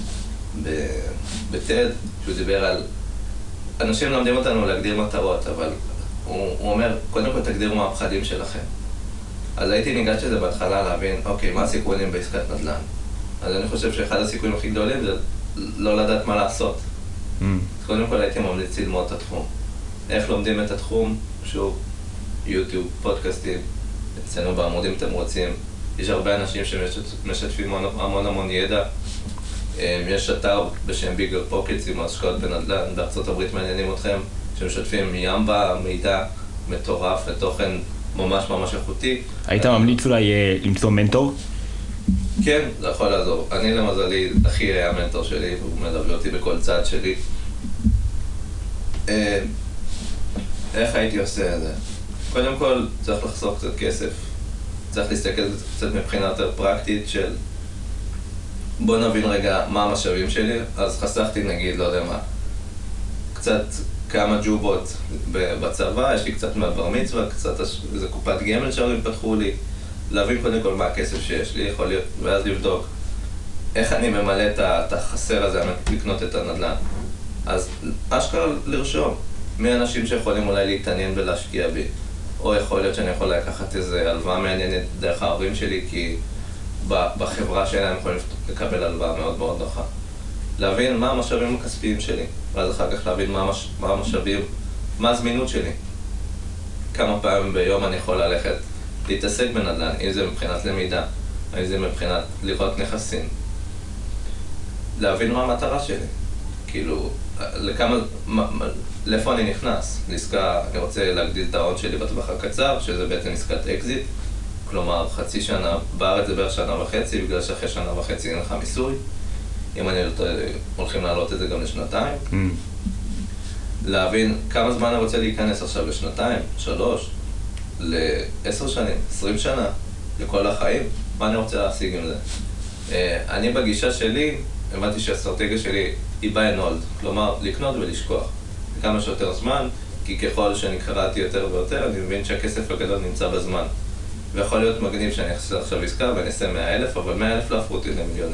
בטד, שהוא דיבר על... אנשים לומדים אותנו להגדיר מטרות, אבל הוא, הוא אומר, קודם כל תגדירו מה הפחדים שלכם. אז הייתי ניגש לזה בהתחלה להבין, אוקיי, מה הסיכונים בעסקת נדל"ן? אז אני חושב שאחד הסיכונים הכי גדולים זה לא לדעת מה לעשות. Mm. אז קודם כל הייתי ממליץ ללמוד את התחום. איך לומדים את התחום? שוב, יוטיוב, פודקאסטים, אצלנו בעמודים אתם רוצים. יש הרבה אנשים שמשתפים המון המון ידע. יש אתר בשם ביגר פוקטס עם השקעות בנדל"ן בארצות הברית מעניינים אתכם, שמשתפים ימבה, מידע מטורף לתוכן ממש ממש איכותי. היית ממליץ אולי למצוא מנטור? כן, זה יכול לעזור. אני למזלי, אחי היה המנטור שלי, והוא מלווה אותי בכל צעד שלי. איך הייתי עושה את זה? קודם כל, צריך לחסוך קצת כסף. צריך להסתכל קצת מבחינה יותר פרקטית של בוא נבין רגע מה המשאבים שלי. אז חסכתי נגיד, לא יודע מה, קצת כמה ג'ובות בצבא, יש לי קצת מהבר מצווה, קצת איזה קופת גמל שההורים פתחו לי. להבין קודם כל מה הכסף שיש לי, יכול להיות, ואז לבדוק איך אני ממלא את החסר הזה, לקנות את הנדל"ן. אז אשכרה לרשום מי האנשים שיכולים אולי להתעניין ולהשקיע בי. או יכול להיות שאני יכול לקחת איזה הלוואה מעניינת דרך ההורים שלי, כי בחברה שלהם יכולים לקבל הלוואה מאוד מאוד נוחה. להבין מה המשאבים הכספיים שלי, ואז אחר כך להבין מה, המש... מה המשאבים, מה הזמינות שלי. כמה פעמים ביום אני יכול ללכת להתעסק בנדל"ן, אם זה מבחינת למידה, אם זה מבחינת לראות נכסים. להבין מה המטרה שלי. כאילו, לכמה, לאיפה אני נכנס? לעסקה, אני רוצה להגדיל את ההון שלי בטווח הקצר, שזה בעצם עסקת אקזיט. כלומר, חצי שנה, בארץ זה בערך שנה וחצי, בגלל שאחרי שנה וחצי אין לך מיסוי. אם אני הולכים לעלות את זה גם לשנתיים. Mm. להבין כמה זמן אני רוצה להיכנס עכשיו לשנתיים, שלוש, לעשר שנים, עשרים שנה, לכל החיים, מה אני רוצה להשיג עם זה. אני בגישה שלי, הבנתי שהאסטרטגיה שלי היא buy and hold, כלומר לקנות ולשכוח. כמה שיותר זמן, כי ככל שאני קראתי יותר ויותר, אני מבין שהכסף הגדול נמצא בזמן. ויכול להיות מגניב שאני אעשה עכשיו עסקה ואני אעשה מאה אלף, אבל מאה אלף לא הפכו אותי למיליונר.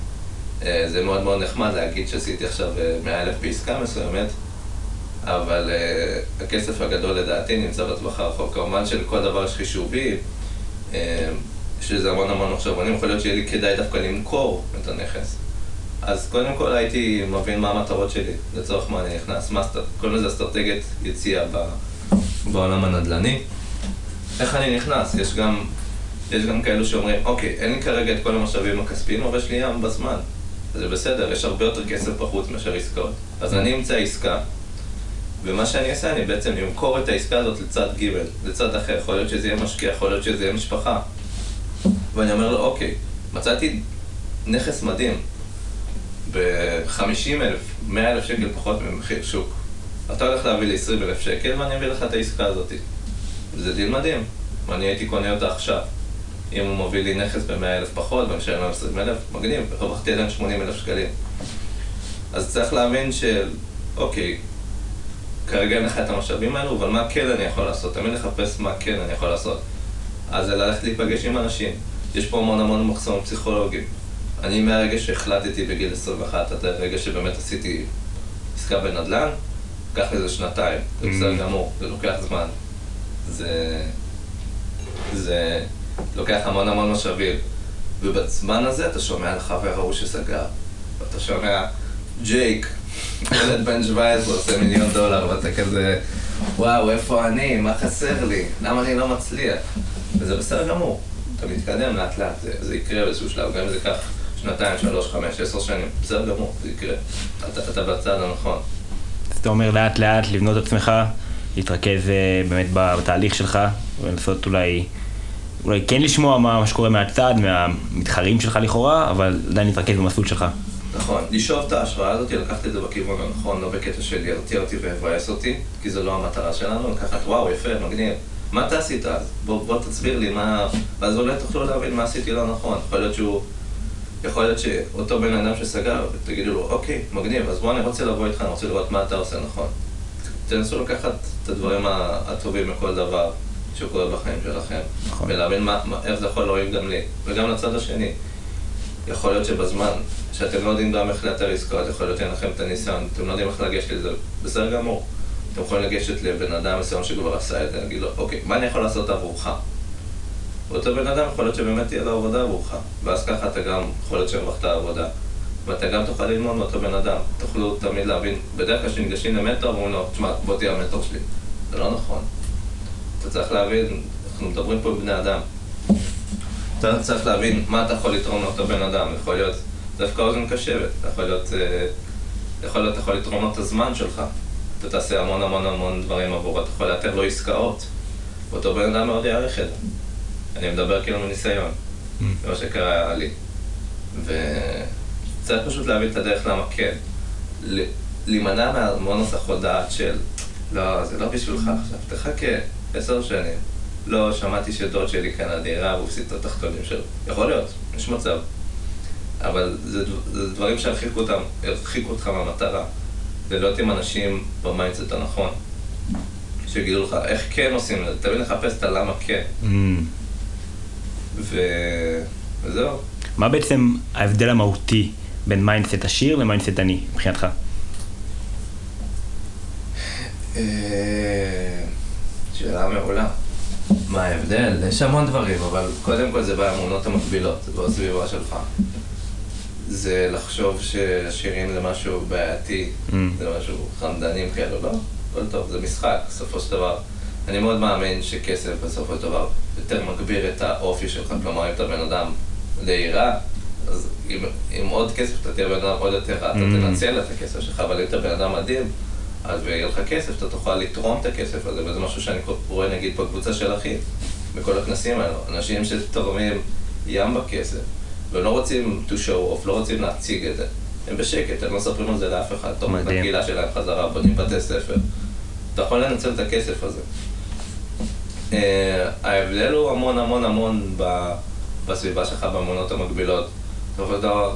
זה מאוד מאוד נחמד להגיד שעשיתי עכשיו מאה אלף בעסקה מסוימת, אבל uh, הכסף הגדול לדעתי נמצא בטווח הרחוק. כמובן שלכל דבר יש חישובי, uh, יש לזה המון המון מחשבונים, יכול להיות שיהיה לי כדאי דווקא למכור את הנכס. אז קודם כל הייתי מבין מה המטרות שלי, לצורך מה אני נכנס, מה, קודם לזה אסטרטגיית יציאה בעולם הנדל"ני. איך אני נכנס? יש גם, יש גם כאלו שאומרים, אוקיי, אין לי כרגע את כל המשאבים הכספיים, אבל יש לי ים בזמן. זה בסדר, יש הרבה יותר כסף בחוץ מאשר עסקאות. אז אני אמצא עסקה, ומה שאני אעשה, אני בעצם אמכור את העסקה הזאת לצד ג', לצד אחר. יכול להיות שזה יהיה משקיע, יכול להיות שזה יהיה משפחה. ואני אומר לו, אוקיי, מצאתי נכס מדהים ב-חמישים אלף, מאה אלף שקל פחות ממחיר שוק. אתה הולך להביא לי עשרים אלף שקל ואני אביא לך את העסקה הזאת. וזה דיל מדהים. ואני הייתי קונה אותה עכשיו. אם הוא מביא לי נכס ב-מאה אלף פחות ואני משלם לו עשרים אלף, מגניב, הרווחתי עליהם שמונים אלף שקלים. אז צריך להבין של, אוקיי, כרגע אין לך את המשאבים האלו, אבל מה כן אני יכול לעשות? תמיד לחפש מה כן אני יכול לעשות. אז זה ללכת להיפגש עם אנשים. יש פה המון המון מחסומים פסיכולוגיים. אני מהרגע שהחלטתי בגיל עשרים ואחת, עד הרגע שבאמת עשיתי עסקה בנדל"ן, לקח לזה שנתיים. זה בסדר גמור, זה לוקח זמן. זה... זה לוקח המון המון משאבים. ובזמן הזה אתה שומע על חבר ההוא שסגר. ואתה שומע ג'ייק, ילד בן שבע עשרה עושה מיליון דולר, ואתה כזה, וואו, איפה אני? מה חסר לי? למה אני לא מצליח? וזה בסדר גמור. אתה מתקדם לאט לאט, זה, זה יקרה באיזשהו שלב, גם אם זה ייקח שנתיים, שלוש, חמש, עשר שנים, בסדר גמור, זה יקרה. אתה, אתה בצד הנכון. אז אתה אומר לאט לאט לבנות את עצמך, להתרכז באמת בתהליך שלך, ולנסות אולי, אולי כן לשמוע מה שקורה מהצד, מהמתחרים שלך לכאורה, אבל עדיין להתרכז במסלול שלך. נכון, לשאוב את ההשראה הזאת, לקחת את זה בכיוון הנכון, לא בקטע של ירתיע אותי והבאס אותי, כי זו לא המטרה שלנו, לקחת, וואו, יפה, מגניב. מה אתה עשית אז? בוא, בוא תסביר לי מה... ואז אולי תוכלו להבין מה עשיתי לא נכון. יכול להיות שהוא... יכול להיות שאותו בן אדם שסגר, תגידו לו, אוקיי, מגניב, אז בוא אני רוצה לבוא איתך, אני רוצה לראות מה אתה עושה נכון. תנסו לקחת את הדברים הטובים מכל דבר שקורה בחיים שלכם, נכון. ולהבין מה, איך זה יכול להועיל גם לי, וגם לצד השני. יכול להיות שבזמן שאתם לא יודעים גם איך לאתר עסקאות, יכול להיות שאין לכם את הניסיון, אתם לא יודעים איך לגשת לזה, בסדר גמור. אתם יכולים לגשת לבן אדם מסוים שכבר עשה את זה, להגיד לו, אוקיי, מה אני יכול לעשות עבורך? ואותו בן אדם יכול להיות שבאמת תהיה לו עבודה עבורך, ואז ככה אתה גם יכול להיות שהרווחת עבודה, ואתה גם תוכל ללמוד מאותו בן אדם. תוכלו תמיד להבין, בדרך כלל שניגשים למנטור, אומרים לו, תשמע, בוא תהיה המנטור שלי. זה לא נכון. אתה צריך להבין, אנחנו מדברים פה בבני אדם. אתה צריך להבין מה אתה יכול לתרום לאותו בן אדם. יכול להיות דווקא אוזן קשבת, יכול להיות, יכול להיות, יכול לתרום לו את הזמן שלך. אתה תעשה המון המון המון דברים עבור, אתה יכול לאתר לו עסקאות. ואותו בן אדם מאוד יערך את זה. אני מדבר כאילו מניסיון, זה מה שקרה לי. וצריך פשוט להבין את הדרך למה כן. להימנע מהמון הסחות דעת של, לא, זה לא בשבילך עכשיו, תחכה עשר שנים. לא, שמעתי שדוד שלי כאן הדירה והוא הפסיד את התחתונים שלו. יכול להיות, יש מצב. אבל זה, זה דברים שהרחיקו אותם, הרחיקו אותך מהמטרה. זה להיות עם אנשים במיינדסט הנכון. שיגידו לך, איך כן עושים את זה? תמיד לחפש את הלמה כן. Mm. ו... וזהו. מה בעצם ההבדל המהותי בין מיינדסט עשיר למיינדסט עני, מבחינתך? שאלה מעולה. מה ההבדל? יש המון דברים, אבל קודם כל זה באמונות המקבילות, זה בסביבה שלך. זה לחשוב שעשירים זה משהו בעייתי, mm. זה משהו חמדנים כאלו, לא? כל טוב, זה משחק, בסופו של דבר. אני מאוד מאמין שכסף בסופו של דבר יותר מגביר את האופי שלך. כלומר, אם אתה בן אדם להירה, אז עם, עם עוד כסף אתה תהיה בן אדם עוד יותר רע, אתה mm. תנצל את הכסף שלך, אבל אם אתה בן אדם מדהים, אז יהיה לך כסף, אתה תוכל לתרום את הכסף הזה, וזה משהו שאני רואה נגיד בקבוצה של אחי, בכל הכנסים האלו. אנשים שתורמים ים בכסף, ולא רוצים to show off, לא רוצים להציג את זה. הם בשקט, הם לא מספרים על זה לאף אחד, תוך את מדהים. הקהילה שלהם חזרה, בונים בתי ספר. אתה יכול לנצל את הכסף הזה. אה, ההבדל הוא המון המון המון ב- בסביבה שלך, במעונות המקבילות. בסופו של דבר,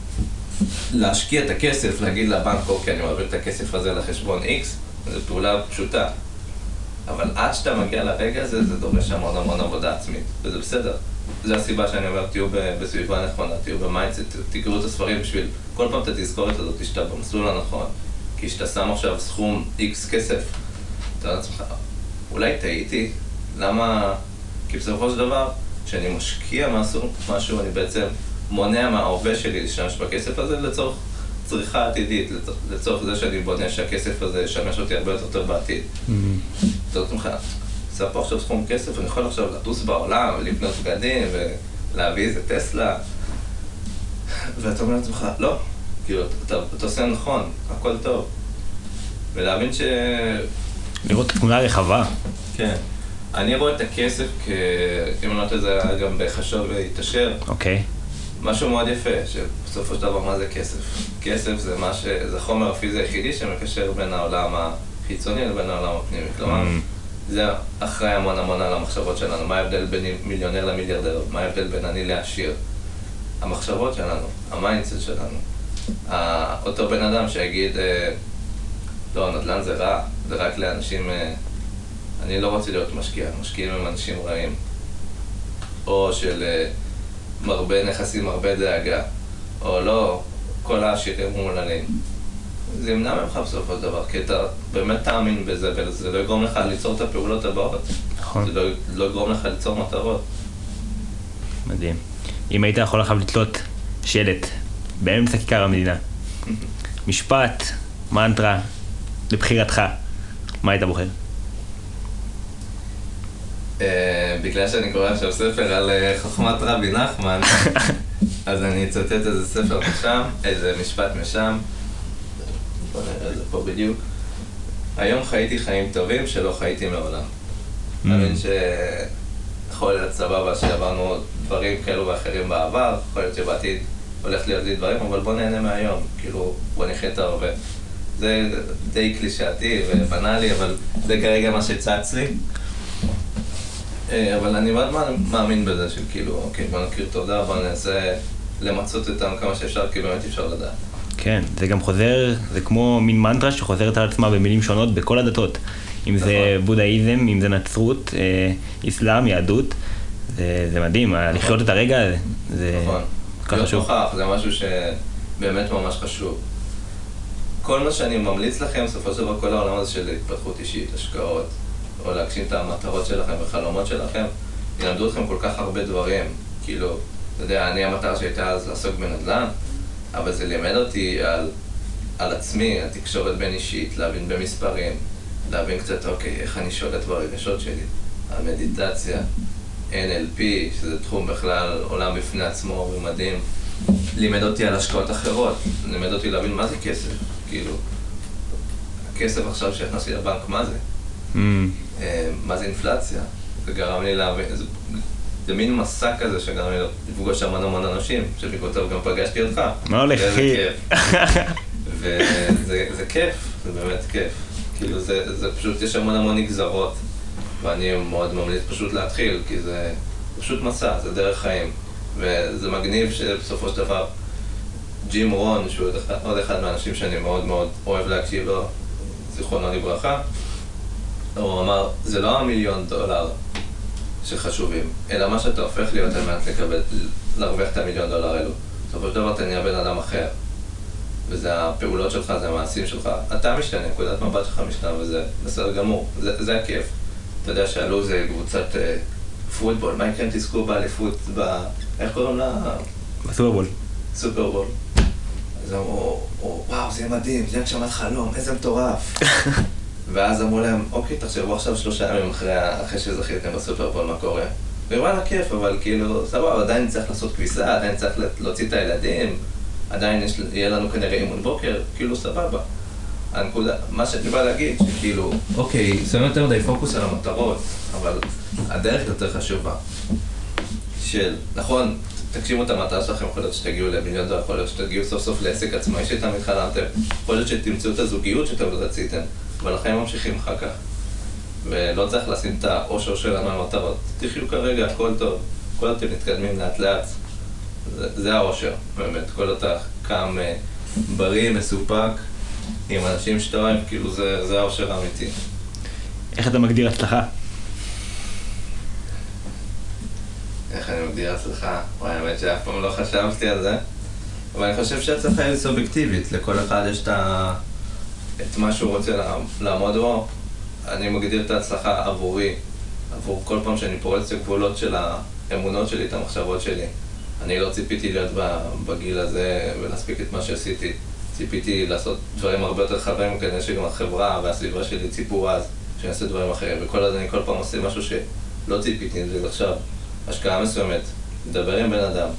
להשקיע את הכסף, להגיד לבנק, אוקיי, אני מעביר את הכסף הזה לחשבון X, זו פעולה פשוטה. אבל עד שאתה מגיע לרגע הזה, זה דורש המון המון עבודה עצמית, וזה בסדר. זו הסיבה שאני אומר, תהיו ב- בסביבה נכונה, תהיו במיינדסט, תקראו את הספרים בשביל, כל פעם את התזכורת הזאת, שאתה במסלול הנכון. כי שאתה שם עכשיו סכום X כסף, אתה יודע לעצמך, אולי טעיתי, למה? כי בסופו של דבר, כשאני משקיע משהו, משהו, אני בעצם מונע מההווה שלי להשתמש בכסף הזה לצורך צריכה עתידית, לצורך, לצורך זה שאני בונה שהכסף הזה ישמש אותי הרבה יותר טוב בעתיד. אתה יודע לך, עושה פה עכשיו סכום כסף, אני יכול עכשיו לטוס בעולם ולקנות בגדים ולהביא איזה טסלה, ואתה אומר לעצמך, לא, כאילו, אתה, אתה עושה נכון, הכל טוב. ולהבין ש... לראות את התמונה הרחבה. כן. אני רואה את הכסף כ... אם אני לא יודע, זה היה גם בחשוב והתעשר. אוקיי. משהו מאוד יפה, שבסופו של דבר מה זה כסף? כסף זה מה ש... זה חומר הפיזי היחידי שמקשר בין העולם החיצוני לבין העולם הפנימי. כלומר, זה אחראי המון המון על המחשבות שלנו. מה ההבדל בין מיליונר למיליארדר? מה ההבדל בין אני לעשיר? המחשבות שלנו, המיינדסט שלנו. אותו בן אדם שיגיד, לא, נדל"ן זה רע, זה רק לאנשים... אני לא רוצה להיות משקיע, משקיעים הם אנשים רעים. או של מרבה נכסים, מרבה דאגה. או לא, כל העשירים מולנים. זה ימנע ממך בסופו של דבר, כי אתה באמת תאמין בזה, וזה לא יגרום לך ליצור את הפעולות הבאות. נכון. זה לא, לא יגרום לך ליצור מטרות. מדהים. אם היית יכול עכשיו לתלות שלט באמצע כיכר המדינה, משפט, מנטרה, לבחירתך, מה היית בוחר? בגלל שאני קורא עכשיו ספר על חוכמת רבי נחמן, אז אני אצטט איזה ספר משם, איזה משפט משם. בוא נראה את זה פה בדיוק. היום חייתי חיים טובים שלא חייתי מעולם. אני מבין שיכול להיות סבבה שעברנו דברים כאלו ואחרים בעבר, יכול להיות שבעתיד הולך להיות לי דברים, אבל בוא נהנה מהיום, כאילו בוא נחיה את הרבה. זה די קלישאתי ובנאלי, אבל זה כרגע מה שצץ לי. אבל אני מאוד מאמין בזה של כאילו, אוקיי, בוא נכיר תודה, בוא ננסה למצות אותם כמה שאפשר, כי באמת אפשר לדעת. כן, זה גם חוזר, זה כמו מין מנטרה שחוזרת על עצמה במילים שונות בכל הדתות. אם זה בודהיזם, אם זה נצרות, אסלאם, יהדות, זה מדהים, לחיות את הרגע הזה, זה ככה חשוב. להיות נוכח, זה משהו שבאמת ממש חשוב. כל מה שאני ממליץ לכם, בסופו של דבר כל העולם הזה של התפתחות אישית, השקעות, או להגשים את המטרות שלכם וחלומות שלכם, ילמדו אתכם כל כך הרבה דברים. כאילו, אתה יודע, אני המטרה שהייתה אז לעסוק בנדל"ן, אבל זה לימד אותי על, על עצמי, התקשורת בין אישית, להבין במספרים, להבין קצת, אוקיי, איך אני שולט ברגשות שלי, המדיטציה, אן אל פי, שזה תחום בכלל עולם בפני עצמו ומדהים, לימד אותי על השקעות אחרות, לימד אותי להבין מה זה כסף, כאילו, הכסף עכשיו שהכנסתי לבנק, מה זה? Mm. מה זה אינפלציה? זה גרם לי להבין, זה, זה מין מסע כזה שגרם לי לפגוש המון המון אנשים, שבעקבותיו גם פגשתי אותך. מה הולך, אחי? וזה זה כיף, זה באמת כיף. כאילו זה, זה פשוט, יש המון המון נגזרות, ואני מאוד ממליץ פשוט להתחיל, כי זה פשוט מסע, זה דרך חיים. וזה מגניב שבסופו של דבר, ג'ים רון, שהוא עוד אחד מהאנשים שאני מאוד מאוד אוהב להקשיב לו, זיכרונו לברכה, הוא אמר, זה לא המיליון דולר שחשובים, אלא מה שאתה הופך להיות על מנת לקבל, להרוויח את המיליון דולר האלו. בסופו של דבר אתה נהיה בן אדם אחר, וזה הפעולות שלך, זה המעשים שלך. אתה משתנה, נקודת מבט שלך משתנה, וזה בסדר גמור, זה, זה הכיף. אתה יודע שעלו זה קבוצת אה, פוטבול, מה יקרה אם תזכו באליפות, ב... איך קוראים לה? בסופרבול. סופרבול. אז אמרו, וואו, זה מדהים, זה הגשמת חלום, איזה מטורף. ואז אמרו להם, אוקיי, תחשבו עכשיו שלושה ימים אחרי, אחרי שזכיתם בסופרבול, מה קורה? וואלה, כיף, אבל כאילו, סבבה, עדיין צריך לעשות כביסה, עדיין צריך להוציא את הילדים, עדיין יש, יהיה לנו כנראה אימון בוקר, כאילו, סבבה. הנקודה, מה שאני בא להגיד, שכאילו, אוקיי, שמים יותר מדי פוקוס על המטרות, אבל הדרך יותר חשובה. של, נכון, תגשימו את המטרה שלכם, יכול להיות שתגיעו למיליון דולר, יכול להיות שתגיעו סוף סוף לעסק עצמאי שתמיד חלמתם, יכול להיות שתמצאו את הזוגיות שתמיד רציתם, אבל החיים ממשיכים אחר כך. ולא צריך לשים את האושר שלנו על מטרות. תחיו כרגע, הכל טוב, כל אתם מתקדמים לאט לאט. זה, זה האושר, באמת. כל אתה קם בריא, מסופק, עם אנשים שאתה אוהב, כאילו זה, זה האושר האמיתי. איך אתה מגדיר הצלחה? איך אני מגדיר הצלחה? וואי, האמת שאף פעם לא חשבתי על זה. אבל אני חושב שהצלחה היא סובייקטיבית. לכל אחד יש את, ה... את מה שהוא רוצה לעמוד בו. אני מגדיר את ההצלחה עבורי, עבור כל פעם שאני פורץ את הגבולות של האמונות שלי, את המחשבות שלי. אני לא ציפיתי להיות בגיל הזה ולהספיק את מה שעשיתי. ציפיתי לעשות דברים הרבה יותר חברים, כדי שגם החברה והסביבה שלי ציפו אז, שאני אעשה דברים אחרים. וכל עוד אני כל פעם עושה משהו שלא ציפיתי, זה עכשיו השקעה מסוימת, לדבר עם בן אדם.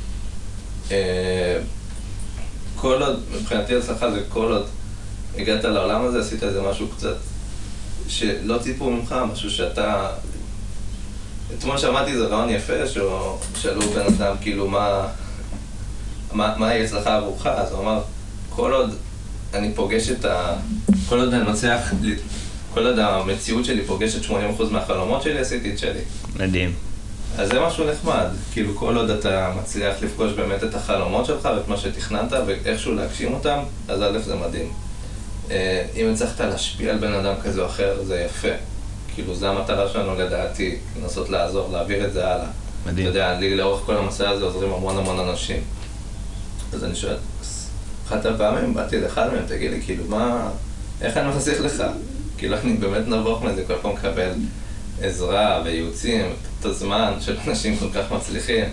כל עוד, מבחינתי הצלחה זה כל עוד הגעת לעולם הזה, עשית איזה משהו קצת שלא ציפו ממך, משהו שאתה... אתמול שמעתי איזה רעיון יפה, שאלו בן אדם כאילו מה... מה, מה היא הצלחה עבורך, אז הוא אמר, כל עוד אני פוגש את ה... כל עוד אני מצליח... כל עוד המציאות שלי פוגשת שמונים אחוז מהחלומות שלי, עשיתי את שלי. מדהים. אז זה משהו נחמד, כאילו כל עוד אתה מצליח לפגוש באמת את החלומות שלך ואת מה שתכננת ואיכשהו להגשים אותם, אז א' זה מדהים. אם הצלחת להשפיע על בן אדם כזה או אחר, זה יפה. כאילו, זו המטרה שלנו לדעתי, לנסות לעזור, להעביר את זה הלאה. מדהים. אתה יודע, לי לאורך כל המסע הזה עוזרים המון המון אנשים. אז אני שואל, אחת הפעמים באתי לאחד מהם, תגיד לי, כאילו, מה... איך אני מצליח לך? כאילו, אני באמת נבוך מזה, כל פעם מקבל עזרה וייעוצים, את הזמן של אנשים כל כך מצליחים.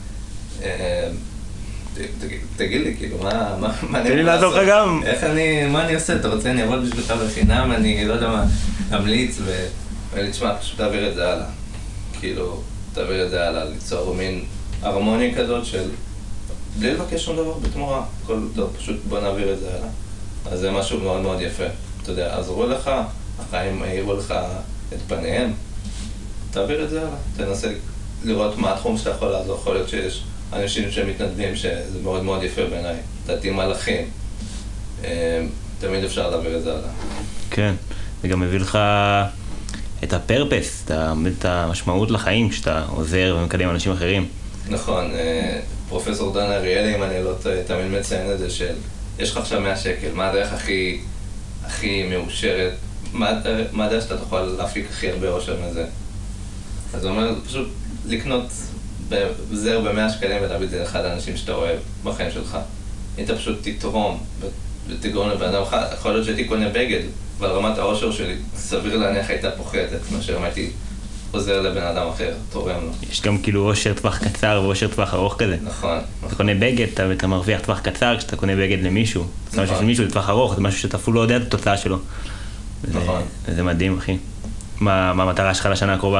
תגיד לי, כאילו, מה, מה, מה אני תן לי לעזור לך גם. איך אני, מה אני עושה? אתה רוצה, אני אעבוד בשבילך בחינם, אני לא יודע מה, אמליץ ואני תשמע, פשוט תעביר את זה הלאה. כאילו, תעביר את זה הלאה, ליצור מין הרמוניה כזאת של בלי לבקש שום דבר בתמורה, הכל טוב, פשוט בוא נעביר את זה הלאה. אז זה משהו מאוד מאוד יפה. אתה יודע, עזרו לך, החיים העירו לך את פניהם, תעביר את זה הלאה. תנסה לראות מה התחום שאתה יכול לעזור, יכול להיות שיש אנשים שמתנדבים, שזה מאוד מאוד יפה בעיניי, לדעתי מלאכים, תמיד אפשר להעביר את זה הלאה. כן, זה גם מביא לך את הפרפס, את המשמעות לחיים, שאתה עוזר ומקדם אנשים אחרים. נכון, פרופסור דן אריאלי, אם אני לא תמיד מציין את זה, של יש לך עכשיו מאה שקל, מה הדרך הכי, הכי מאושרת, מה הדרך שאתה תוכל להפיק הכי הרבה אושר מזה? אז הוא אומר, פשוט לקנות זר במאה שקלים ולהביא את זה לאחד האנשים שאתה אוהב בחיים שלך. אם אתה פשוט תתרום ותגרום לבן אדם אחד, יכול להיות שהייתי קונה בגד, אבל רמת האושר שלי סביר להניח הייתה פוחתת, מאשר אם הייתי עוזר לבן אדם אחר, תורם לו. יש גם כאילו אושר טווח קצר ואושר טווח ארוך כזה. נכון. אתה קונה בגד, אתה מרוויח טווח קצר, כשאתה קונה בגד למישהו. זאת אומרת שלמישהו זה טווח ארוך, זה משהו שאתה אפילו לא יודע את התוצאה שלו. נכון. זה מדהים, אחי. מה המטרה שלך לשנה הקרובה?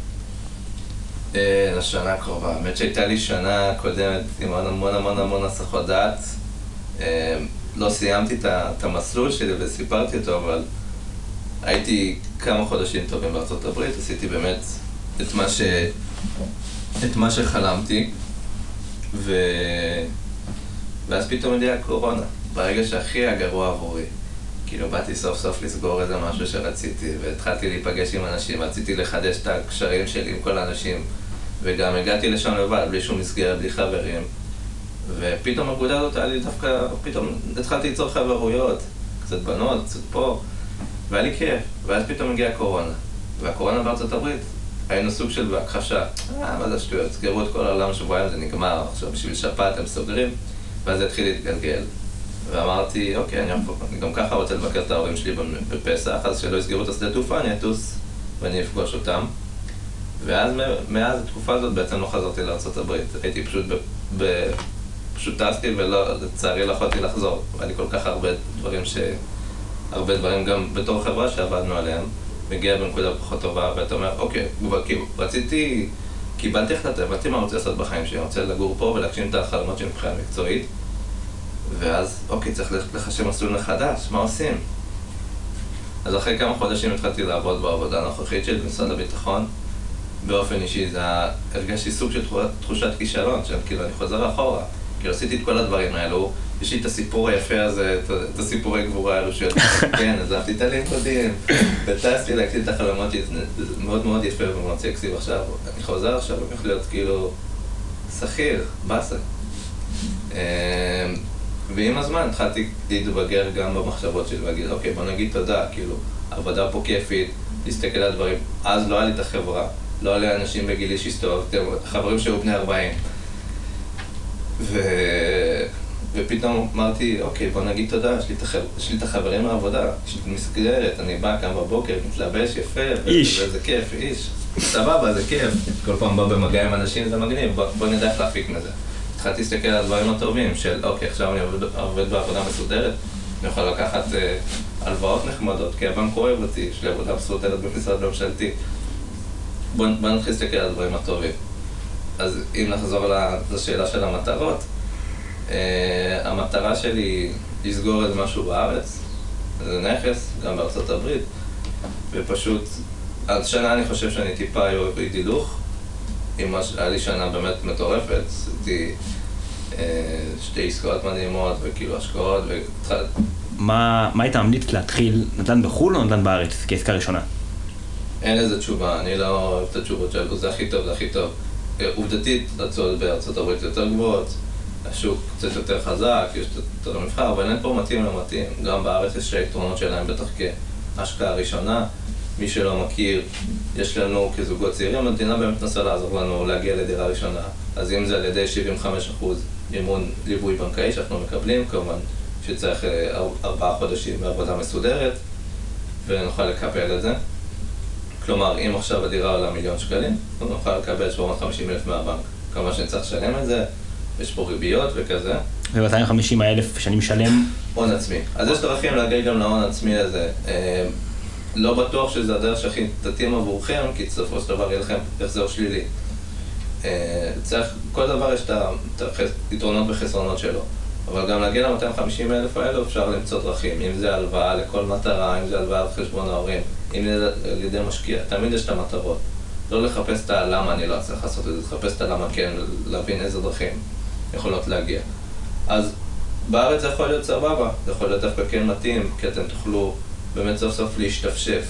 לשנה הקרובה. האמת שהייתה לי שנה קודמת עם המון המון המון הסחות דעת. לא סיימתי את המסלול שלי וסיפרתי אותו, אבל הייתי כמה חודשים טובים בארצות הברית, עשיתי באמת את מה ש... את מה שחלמתי, ו... ואז פתאום הגיעה הקורונה, ברגע שהכי היה גרוע עבורי. כאילו באתי סוף סוף לסגור איזה משהו שרציתי, והתחלתי להיפגש עם אנשים, רציתי לחדש את הקשרים שלי עם כל האנשים, וגם הגעתי לשם לבד, בלי שום מסגרת, בלי חברים. ופתאום הנקודה הזאת היה לי דווקא, פתאום התחלתי ליצור חברויות, קצת בנות, קצת פה, והיה לי כיף. ואז פתאום הגיעה הקורונה. והקורונה בארצות הברית, היינו סוג של בהכחשה. אה, מה זה השטויות? סגרו את כל העולם שבועיים, זה נגמר, עכשיו בשביל שפעת הם סוגרים, ואז זה התחיל להתגלגל. ואמרתי, אוקיי, אני, אני גם ככה רוצה לבקר את ההורים שלי בפסח, אז שלא יסגרו את השדה תעופה, אני אטוס ואני אפגוש אותם. ואז מאז התקופה הזאת בעצם לא חזרתי לארצות הברית. הייתי פשוט, ב, ב, פשוט טסתי ולצערי לא יכולתי לחזור. והיה לי כל כך הרבה דברים ש... הרבה דברים גם בתור חברה שעבדנו עליהם. מגיע בנקודה פחות טובה, ואתה אומר, אוקיי, כאילו, רציתי, קיבלתי החלטה, הבנתי מה אני רוצה לעשות בחיים שלי. אני רוצה לגור פה ולהגשים את החלומות שלי מבחינה מקצועית. ואז, אוקיי, צריך לחשב מסלול מחדש, מה עושים? אז אחרי כמה חודשים התחלתי לעבוד בעבודה הנוכחית שלי במשרד הביטחון, באופן אישי, זה הרגשתי סוג של תחושת כישלון, כאילו אני חוזר אחורה, כאילו עשיתי את כל הדברים האלו, יש לי את הסיפור היפה הזה, את הסיפורי גבורה האלו של כן, אז אהבתי את הלימודים, וטסתי להקציב את החלומות, זה מאוד מאוד יפה ומאוד סקסי, ועכשיו אני חוזר עכשיו, אני יכול להיות כאילו שכיר, בסה. ועם הזמן התחלתי להתבגר גם במחשבות שלי, ולהגיד, אוקיי, בוא נגיד תודה, כאילו, עבודה פה כיפית, להסתכל על דברים, אז לא היה לי את החברה, לא היה לי אנשים בגילי שהסתובבתם, חברים שהיו בני ארבעים. ו... ופתאום אמרתי, אוקיי, בוא נגיד תודה, יש לי, החבר... יש לי את החברים מהעבודה, יש לי מסגרת, אני בא קם בבוקר, מתלבש יפה, איש. וזה כיף, איש. סבבה, זה כיף. כל פעם בא במגע עם אנשים, זה מגניב, בוא, בוא נדע איך להפיק מזה. התחלתי להסתכל על הדברים הטובים של, אוקיי, עכשיו אני עובד, עובד בעבודה מסודרת, אני יכול לקחת אה, הלוואות נחמדות, כי הבנק אוהב אותי, יש לי עבודה מסודרת במשרד ממשלתי. בוא, בוא נתחיל להסתכל על הדברים הטובים. אז אם נחזור לשאלה של המטרות, uh, המטרה שלי היא לסגור איזה משהו בארץ, זה נכס, גם בארצות הברית, ופשוט, עד שנה אני חושב שאני טיפה יוריד הילוך, אם היה לי שנה באמת מטורפת, עשיתי uh, שתי עסקאות מדהימות וכאילו השקעות והתחלת... מה, מה היית ממליץ להתחיל, נדל"ן בחו"ל או נדל"ן בארץ כעסקה ראשונה? אין איזה תשובה, אני לא אוהב את התשובות שלו, זה הכי טוב, זה הכי טוב. עובדתית, הצעות בארצות הברית יותר גבוהות, השוק קצת יותר חזק, יש יותר מבחר, אבל אין פה מתאים למתאים. גם בארץ יש היתרונות שלהם בטח כהשקעה ראשונה. מי שלא מכיר, יש לנו כזוגות צעירים, המדינה באמת נסה לעזור לנו להגיע לדירה ראשונה. אז אם זה על ידי שבעים וחמישה אחוז מימון ליווי בנקאי שאנחנו מקבלים, כמובן שצריך ארבעה חודשים בעבודה מסודרת, ונוכל לקבל את זה. כלומר, אם עכשיו הדירה עולה מיליון שקלים, נוכל לקבל שבע מאות וחמישים אלף מהבנק. כמה שנצטרך לשלם את זה, יש פה ריביות וכזה. ו-מאתיים וחמישים אלף שאני משלם? הון עצמי. אז יש דרכים להגיע גם להון עצמי הזה. לא בטוח שזה הדרך שהכי תתאים עבורכם, כי בסופו של דבר יהיה לכם החזר שלילי. צריך, כל דבר יש את היתרונות וחסרונות שלו. אבל גם להגיע ל-מאתיים וחמישים אלף האלו אפשר למצוא דרכים. אם זה הלוואה לכל מטרה, אם זה הלוואה על חשבון ההורים, אם זה על ידי משקיע, תמיד יש את המטרות. לא לחפש את הלמה אני לא צריך לעשות את זה, לחפש את הלמה כן, להבין איזה דרכים יכולות להגיע. אז בארץ זה יכול להיות סבבה, זה יכול להיות דווקא כן מתאים, כי אתם תוכלו באמת סוף סוף להשתפשף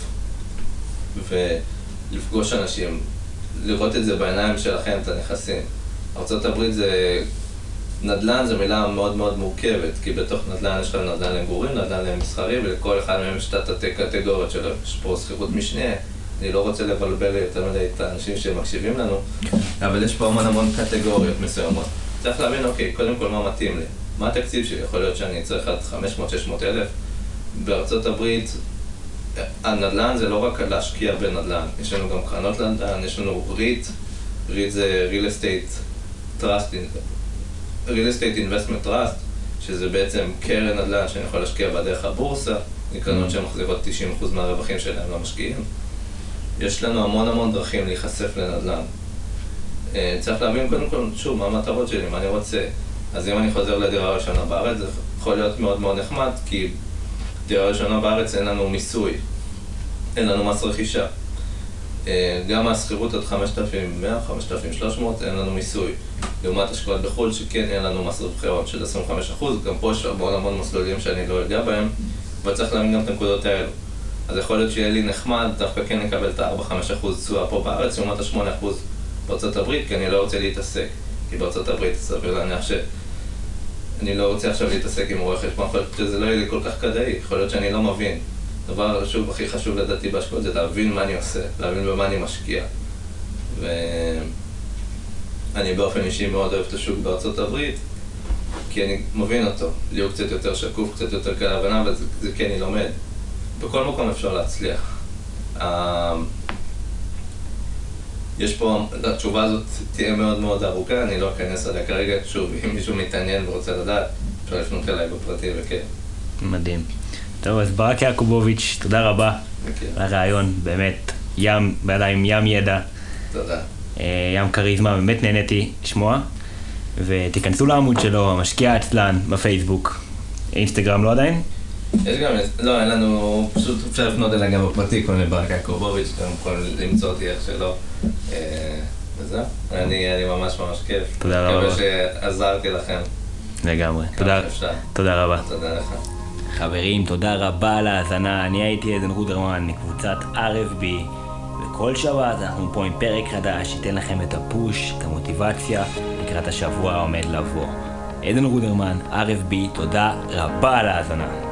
ולפגוש אנשים, לראות את זה בעיניים שלכם, את הנכסים. ארצות הברית זה... נדל"ן זה מילה מאוד מאוד מורכבת, כי בתוך נדל"ן יש לך נדל"ן למגורים, נדל"ן למסחרי, ולכל אחד מהם יש את התתי-קטגוריות שלו. יש פה שכירות משנה, אני לא רוצה לבלבל יותר מדי את האנשים שמקשיבים לנו, אבל יש פה המון המון קטגוריות מסוימות. צריך להבין, אוקיי, קודם כל מה מתאים לי. מה התקציב שלי? יכול להיות שאני צריך עד חמש מאות שש מאות אלף. בארצות הברית, הנדל"ן זה לא רק להשקיע בנדל"ן. יש לנו גם קרנות נדל"ן, יש לנו ריט, ריט זה Real Estate Trust, Real Estate Investment Trust, שזה בעצם קרן נדל"ן שאני יכול להשקיע בה דרך הבורסה, קרנות שמחזירות תשעים אחוז מהרווחים שלהם למשקיעים. יש לנו המון המון דרכים להיחשף לנדל"ן. צריך להבין קודם כל, שוב, מה המטרות שלי, מה אני רוצה. אז אם אני חוזר לדירה ראשונה בארץ, זה יכול להיות מאוד מאוד נחמד, כי דירה ראשונה בארץ אין לנו מיסוי, אין לנו מס רכישה. גם השכירות עד חמשת אלפים ומאה, חמשת אלפים ושלוש מאות, אין לנו מיסוי. לעומת השקעות בחו"ל שכן אין לנו מס רווחי הון של עשרים וחמישה אחוז, גם פה יש המון המון מסלולים שאני לא אגע בהם, אבל צריך להבין גם את הנקודות האלו. אז יכול להיות שיהיה לי נחמד, דווקא כן נקבל את ה-ארבע עד חמש אחוז תשואה פה בארץ, לעומת ה-שמונה אחוז בארצות הברית, כי אני לא רוצה להתעסק. כי בארצות הברית סביר להניח שאני לא רוצה עכשיו להתעסק עם עורך חשבון, יכול להיות שזה לא יהיה לי כל כך כדאי, יכול להיות שאני לא מבין. הדבר שוב הכי חשוב לדעתי בהשקעות זה להבין מה אני עושה, להבין במה אני משקיע. ואני באופן אישי מאוד אוהב את השוק בארצות הברית, כי אני מבין אותו. לי הוא קצת יותר שקוף, קצת יותר קל להבנה, אבל זה, זה כן אני לומד. בכל מקום אפשר להצליח. יש פה, התשובה הזאת תהיה מאוד מאוד ארוכה, אני לא אכנס עליה כרגע. שוב, אם מישהו מתעניין ורוצה לדעת, אפשר לפנות אליי בפרטי וכן. מדהים. טוב, אז ברק יעקובוביץ', תודה רבה על הרעיון, באמת ים, בידיים ים ידע. תודה. ים קריזמה, באמת נהניתי לשמוע. ותיכנסו לעמוד שלו, המשקיע עצלן, בפייסבוק. אינסטגרם לא עדיין? יש גם, לא, אין לנו, פשוט אפשר לפנות אליי גם בפרטי, כל מיני ברק יעקובוביץ', אתם יכולים למצוא אותי איך שלא. וזהו, אני ממש ממש כיף. תודה רבה. מקווה שעזרתי לכם. לגמרי. תודה רבה. תודה לך. חברים, תודה רבה על ההאזנה. אני הייתי עדן רודרמן מקבוצת אר אף בי, וכל שבת אנחנו פה עם פרק חדש שייתן לכם את הפוש, את המוטיבציה לקראת השבוע העומד לבוא. עדן רודרמן, אר אף בי, תודה רבה על ההאזנה.